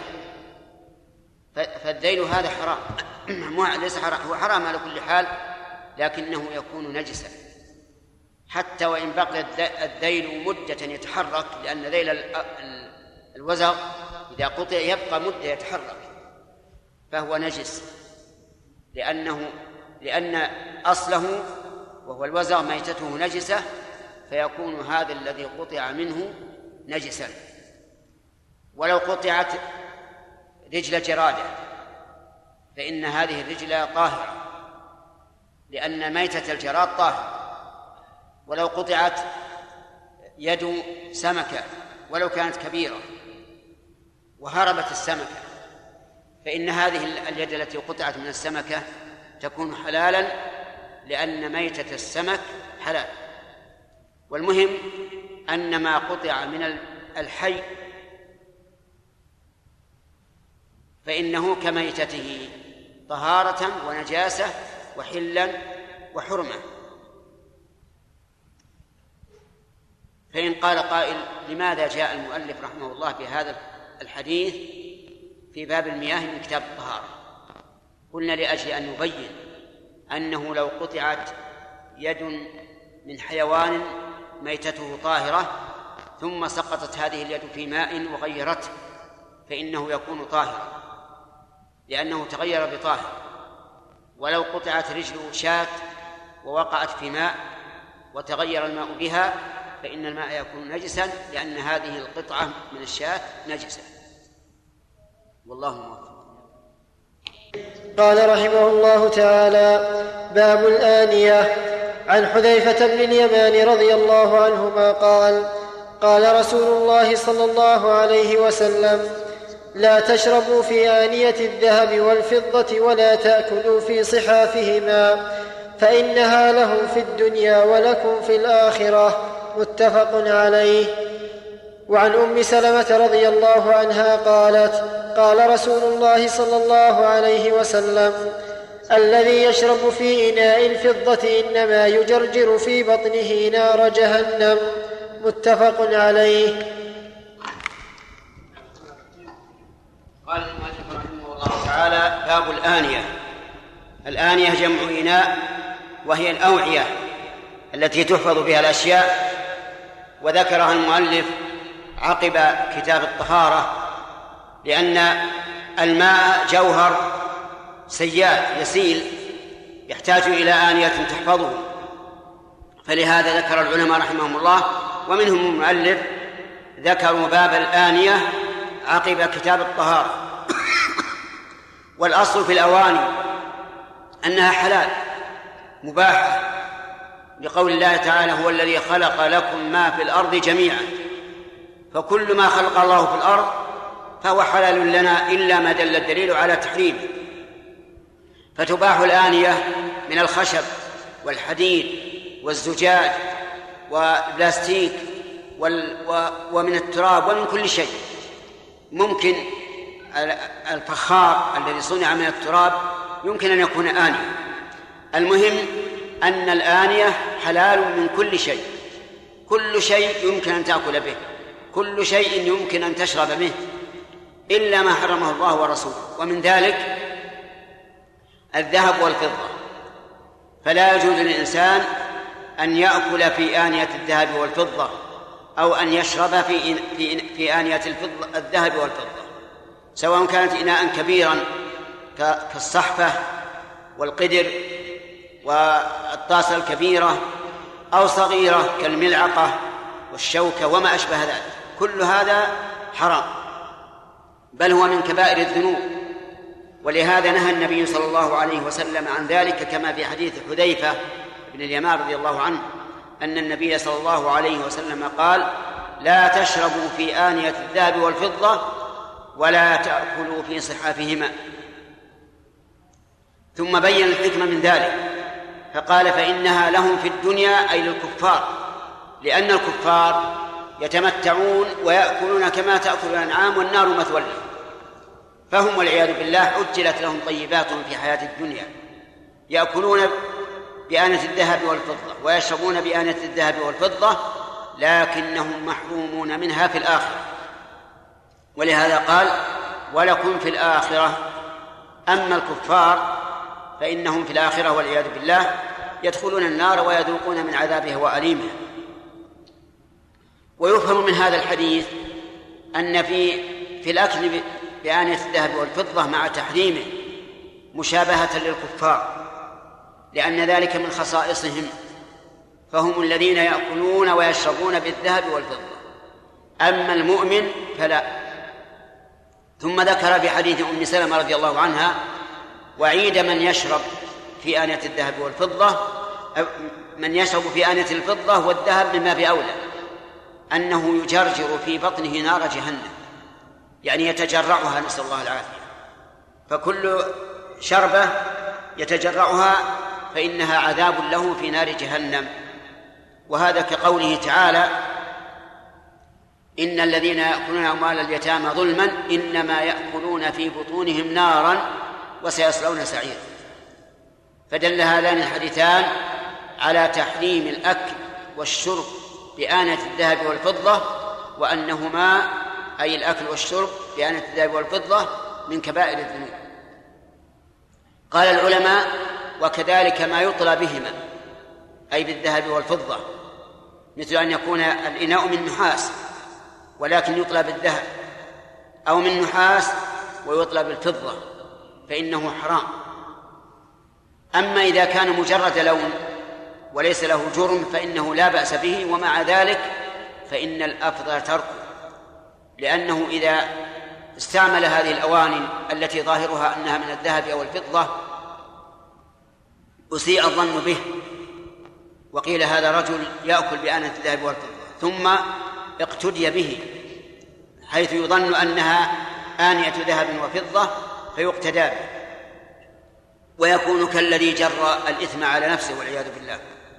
فالذيل هذا حرام ليس حرام، هو حرام على كل حال، لكنه يكون نجسا حتى وإن بقي الذيل مدة يتحرك، لأن ذيل الوزغ إذا قطع يبقى مدة يتحرك فهو نجس، لأنه لأن أصله وهو الوزغ ميتته نجسة، فيكون هذا الذي قطع منه نجسا. ولو قطعت رجل جرادة فإن هذه الرجل طاهرة لأن ميتة الجراد طاهرة. ولو قطعت يد سمكة ولو كانت كبيرة وهربت السمكة فإن هذه اليد التي قطعت من السمكة تكون حلالا لأن ميتة السمك حلال. والمهم أن ما قطع من الحي فإنه كميتته طهارة ونجاسة وحلا وحرمة. فإن قال قائل لماذا جاء المؤلف رحمه الله بهذا الحديث في باب المياه من كتاب الطهارة؟ قلنا لأجل أن نبين أنه لو قطعت يد من حيوان ميتته طاهرة ثم سقطت هذه اليد في ماء وغيرته فإنه يكون طاهرا لأنه تغير بطاهر. ولو قطعت رجل شاة ووقعت في ماء وتغير الماء بها فإن الماء يكون نجسا لأن هذه القطعة من الشاة نجسة. والله موفق. قال رحمه الله تعالى: باب الآنية. عن حذيفة بن اليمان رضي الله عنهما قال: قال رسول الله صلى الله عليه وسلم: لا تشربوا في آنية الذهب والفضة ولا تأكلوا في صحافهما فإنها لهم في الدنيا ولكم في الآخرة. متفق عليه. وعن أم سلمة رضي الله عنها قالت: قال رسول الله صلى الله عليه وسلم: الذي يشرب في إناء الفضة إنما يجرجر في بطنه نار جهنم. متفق عليه. قال المؤلف رحمه الله تعالى: باب الآنية. الآنية جمع إناء وهي الأوعية التي تحفظ بها الأشياء، وذكرها المؤلف عقب كتاب الطهارة لأن الماء جوهر سيال يسيل يحتاج إلى آنية تحفظه، فلهذا ذكر العلماء رحمهم الله ومنهم المؤلف ذكروا باب الآنية عقب كتاب الطهارة. والأصل في الأواني أنها حلال مباحة لقول الله تعالى: هو الذي خلق لكم ما في الأرض جميعا. فكل ما خلق الله في الأرض فهو حلال لنا إلا ما دل الدليل على تحريمه. فتباح الآنية من الخشب والحديد والزجاج والبلاستيك ومن التراب ومن كل شيء. ممكن الفخار الذي صنع من التراب يمكن أن يكون آنية. المهم أن الآنية حلال من كل شيء. كل شيء يمكن أن تأكل به، كل شيء يمكن أن تشرب به إلا ما حرمه الله ورسوله، ومن ذلك الذهب والفضة. فلا يجوز للإنسان أن يأكل في آنية الذهب والفضة أو أن يشرب في في في آنية الفضة الذهب والفضة، سواء كانت إناء كبيرا كالصحفة والقدر والطاسة الكبيرة أو صغيرة كالملعقة والشوكة وما أشبه ذلك، كل هذا حرام، بل هو من كبائر الذنوب. ولهذا نهى النبي صلى الله عليه وسلم عن ذلك، كما في حديث حذيفة بن اليمان رضي الله عنه أن النبي صلى الله عليه وسلم قال: لا تشربوا في آنية الذهب والفضة ولا تأكلوا في صحافهما. ثم بين الحكمة من ذلك فقال: فإنها لهم في الدنيا، أي للكفار، لأن الكفار يتمتعون ويأكلون كما تأكل الأنعام والنار مثوى لهم، فهم والعياذ بالله عجلت لهم طيباتهم في حياة الدنيا، يأكلون بآنية الذهب والفضة ويشربون بآنية الذهب والفضة، لكنهم محرومون منها في الآخرة. ولهذا قال: ولكم في الآخرة. أما الكفار فإنهم في الآخرة والعياذ بالله يدخلون النار ويذوقون من عذابها وأليمها. ويفهم من هذا الحديث أن في في الأكل بآنية الذهب والفضة مع تحريمه مشابهة للكفار، لأن ذلك من خصائصهم، فهم الذين يأكلون ويشربون بالذهب والفضة، أما المؤمن فلا. ثم ذكر في حديث أم سلمة رضي الله عنها وعيد من يشرب في آنية الذهب والفضة، من يشرب في آنية الفضة والذهب مما في أولى، أنه يجرجر في بطنه نار جهنم، يعني يتجرعها، نسأل الله العافية. فكل شربة يتجرعها فإنها عذاب له في نار جهنم. وهذا كقوله تعالى: إن الذين يأكلون أموال اليتامى ظلما إنما يأكلون في بطونهم نارا وسيصلون سعيرا. فدل هذان الحديثان على تحريم الأكل والشرب بآنة الذهب والفضة، وأنهما أي الأكل والشرب بآنة الذهب والفضة من كبائر الذنوب. قال العلماء: وكذلك ما يطلى بهما أي بالذهب والفضة، مثل أن يكون الإناء من نحاس ولكن يطلى بالذهب، أو من نحاس ويطلى بالفضة، فإنه حرام. أما إذا كان مجرد لون وليس له جرم فإنه لا بأس به، ومع ذلك فإن الأفضل تركه، لأنه إذا استعمل هذه الأواني التي ظاهرها أنها من الذهب أو الفضة أسيء الظن به، وقيل هذا رجل يأكل بآنة الذهب والفضة، ثم اقتدي به حيث يظن أنها آنية ذهب وفضة فيقتدى به، ويكون كالذي جر الإثم على نفسه والعياذ بالله.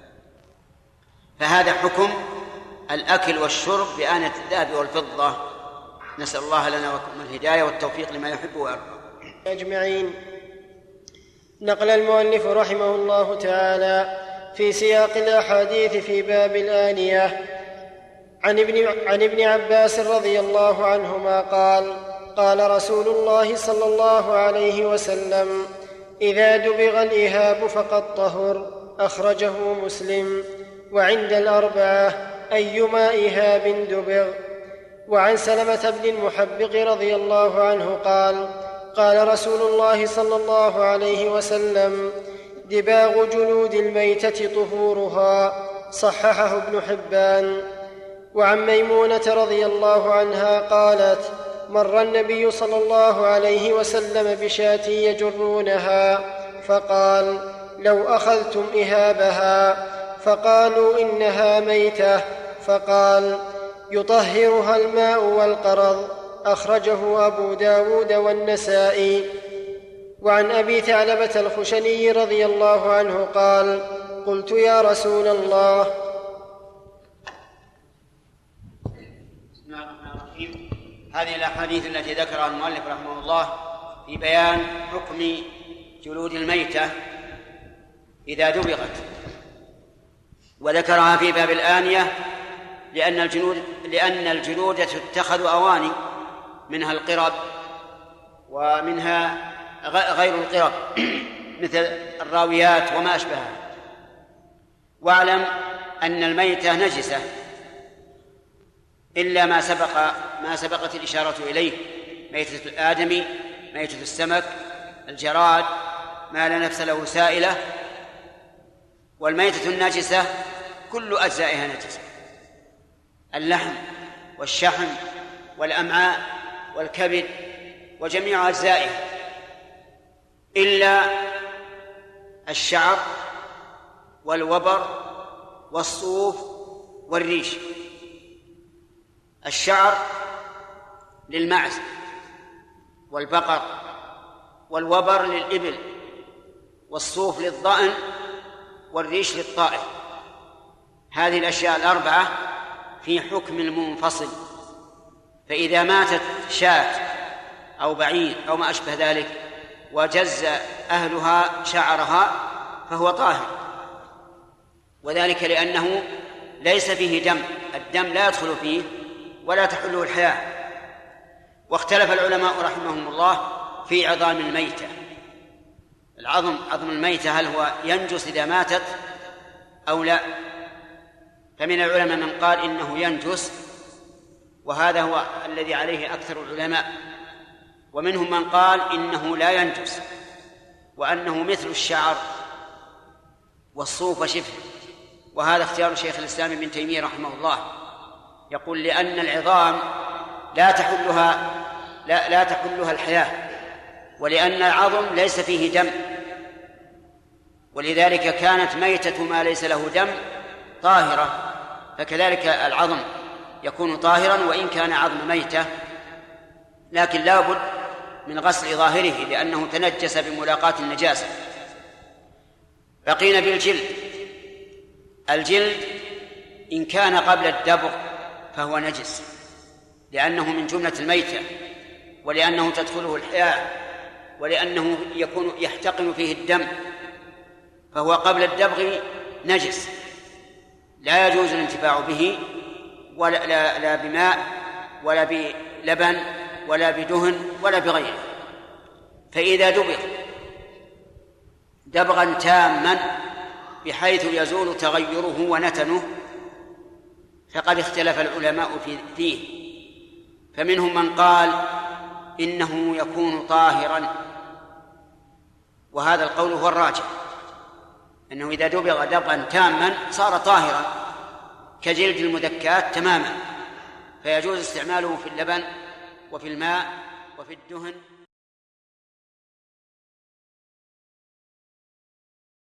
فهذا حكم الأكل والشرب بآنة الذهب والفضة. نسأل الله لنا ولكم الهداية والتوفيق لما يحب ويرضى أجمعين. نقل المؤلف رحمه الله تعالى في سياق الأحاديث في باب الآنية عن ابن, عن ابن عباس رضي الله عنهما قال: قال رسول الله صلى الله عليه وسلم: إذا دبغ الإهاب فقد طهر. أخرجه مسلم. وعند الأربعة أيما إهاب دبغ. وعن سلمة بن المحبق رضي الله عنه قال: قال رسول الله صلى الله عليه وسلم: دباغ جلود الميتة طهورها. صححه ابن حبان. وعن ميمونة رضي الله عنها قالت: مر النبي صلى الله عليه وسلم بشاة يجرونها فقال: لو أخذتم إهابها. فقالوا: إنها ميتة. فقال: يطهرها الماء والقرض. أخرجه أبو داود والنسائي. وعن أبي ثعلبة الخشني رضي الله عنه قال: قلت يا رسول الله. بسم الله الرحمن الرحيم. هذه الأحاديث التي ذكرها المؤلف رحمه الله في بيان حكم جلود الميتة إذا دبغت، وذكرها في باب الآنية لأن الجلود لأن الجلود تتخذ أواني، منها القرب ومنها غير القرب مثل الراويات وما أشبهها. واعلم أن الميتة نجسة إلا ما سبق ما سبقت الإشارة إليه: ميتة الآدمي، ميتة السمك، الجراد، ما لا نفس له سائلة. والميتة النجسة كل أجزائها نجسة: اللحم والشحم والأمعاء والكبد وجميع أجزائها، إلا الشعر والوبر والصوف والريش. الشعر للمعز والبقر، والوبر للإبل، والصوف للضأن، والريش للطائر. هذه الأشياء الأربعة في حكم المنفصل. فإذا ماتت شاة أو بعير أو ما أشبه ذلك وجز أهلها شعرها فهو طاهر، وذلك لأنه ليس فيه دم، الدم لا يدخل فيه ولا تحله الحياة. واختلف العلماء رحمهم الله في عظام الميتة. العظم عظم الميتة هل هو ينجس إذا ماتت أو لا؟ فمن العلماء من قال إنه ينجس، وهذا هو الذي عليه أكثر العلماء. ومنهم من قال إنه لا ينجس، وأنه مثل الشعر والصوف وشبهه. وهذا اختيار شيخ الإسلام ابن تيمية رحمه الله، يقول لأن العظام لا تحلها لا, لا تحلها الحياة، ولأن العظم ليس فيه دم، ولذلك كانت ميتة ما ليس له دم طاهرة، فكذلك العظم يكون طاهرا وإن كان عظم ميتة، لكن لا بد من غسل ظاهره لأنه تنجس بملاقاة النجاسة. بقينا بالجلد. الجلد إن كان قبل الدبغ فهو نجس، لأنه من جملة الميتة، ولأنه تدخله الحياة، ولأنه يكون يحتقن فيه الدم، فهو قبل الدبغ نجس، لا يجوز الانتفاع به ولا لا, لا بماء ولا بلبن ولا بدهن ولا بغيره. فإذا دبغ دبغا تاما بحيث يزول تغيره ونتنه فقد اختلف العلماء فيه، فمنهم من قال إنه يكون طاهرا، وهذا القول هو الراجح، أنه إذا دبغ دبغا تاما صار طاهرا كجلد المذكات تماما، فيجوز استعماله في اللبن وفي الماء وفي الدهن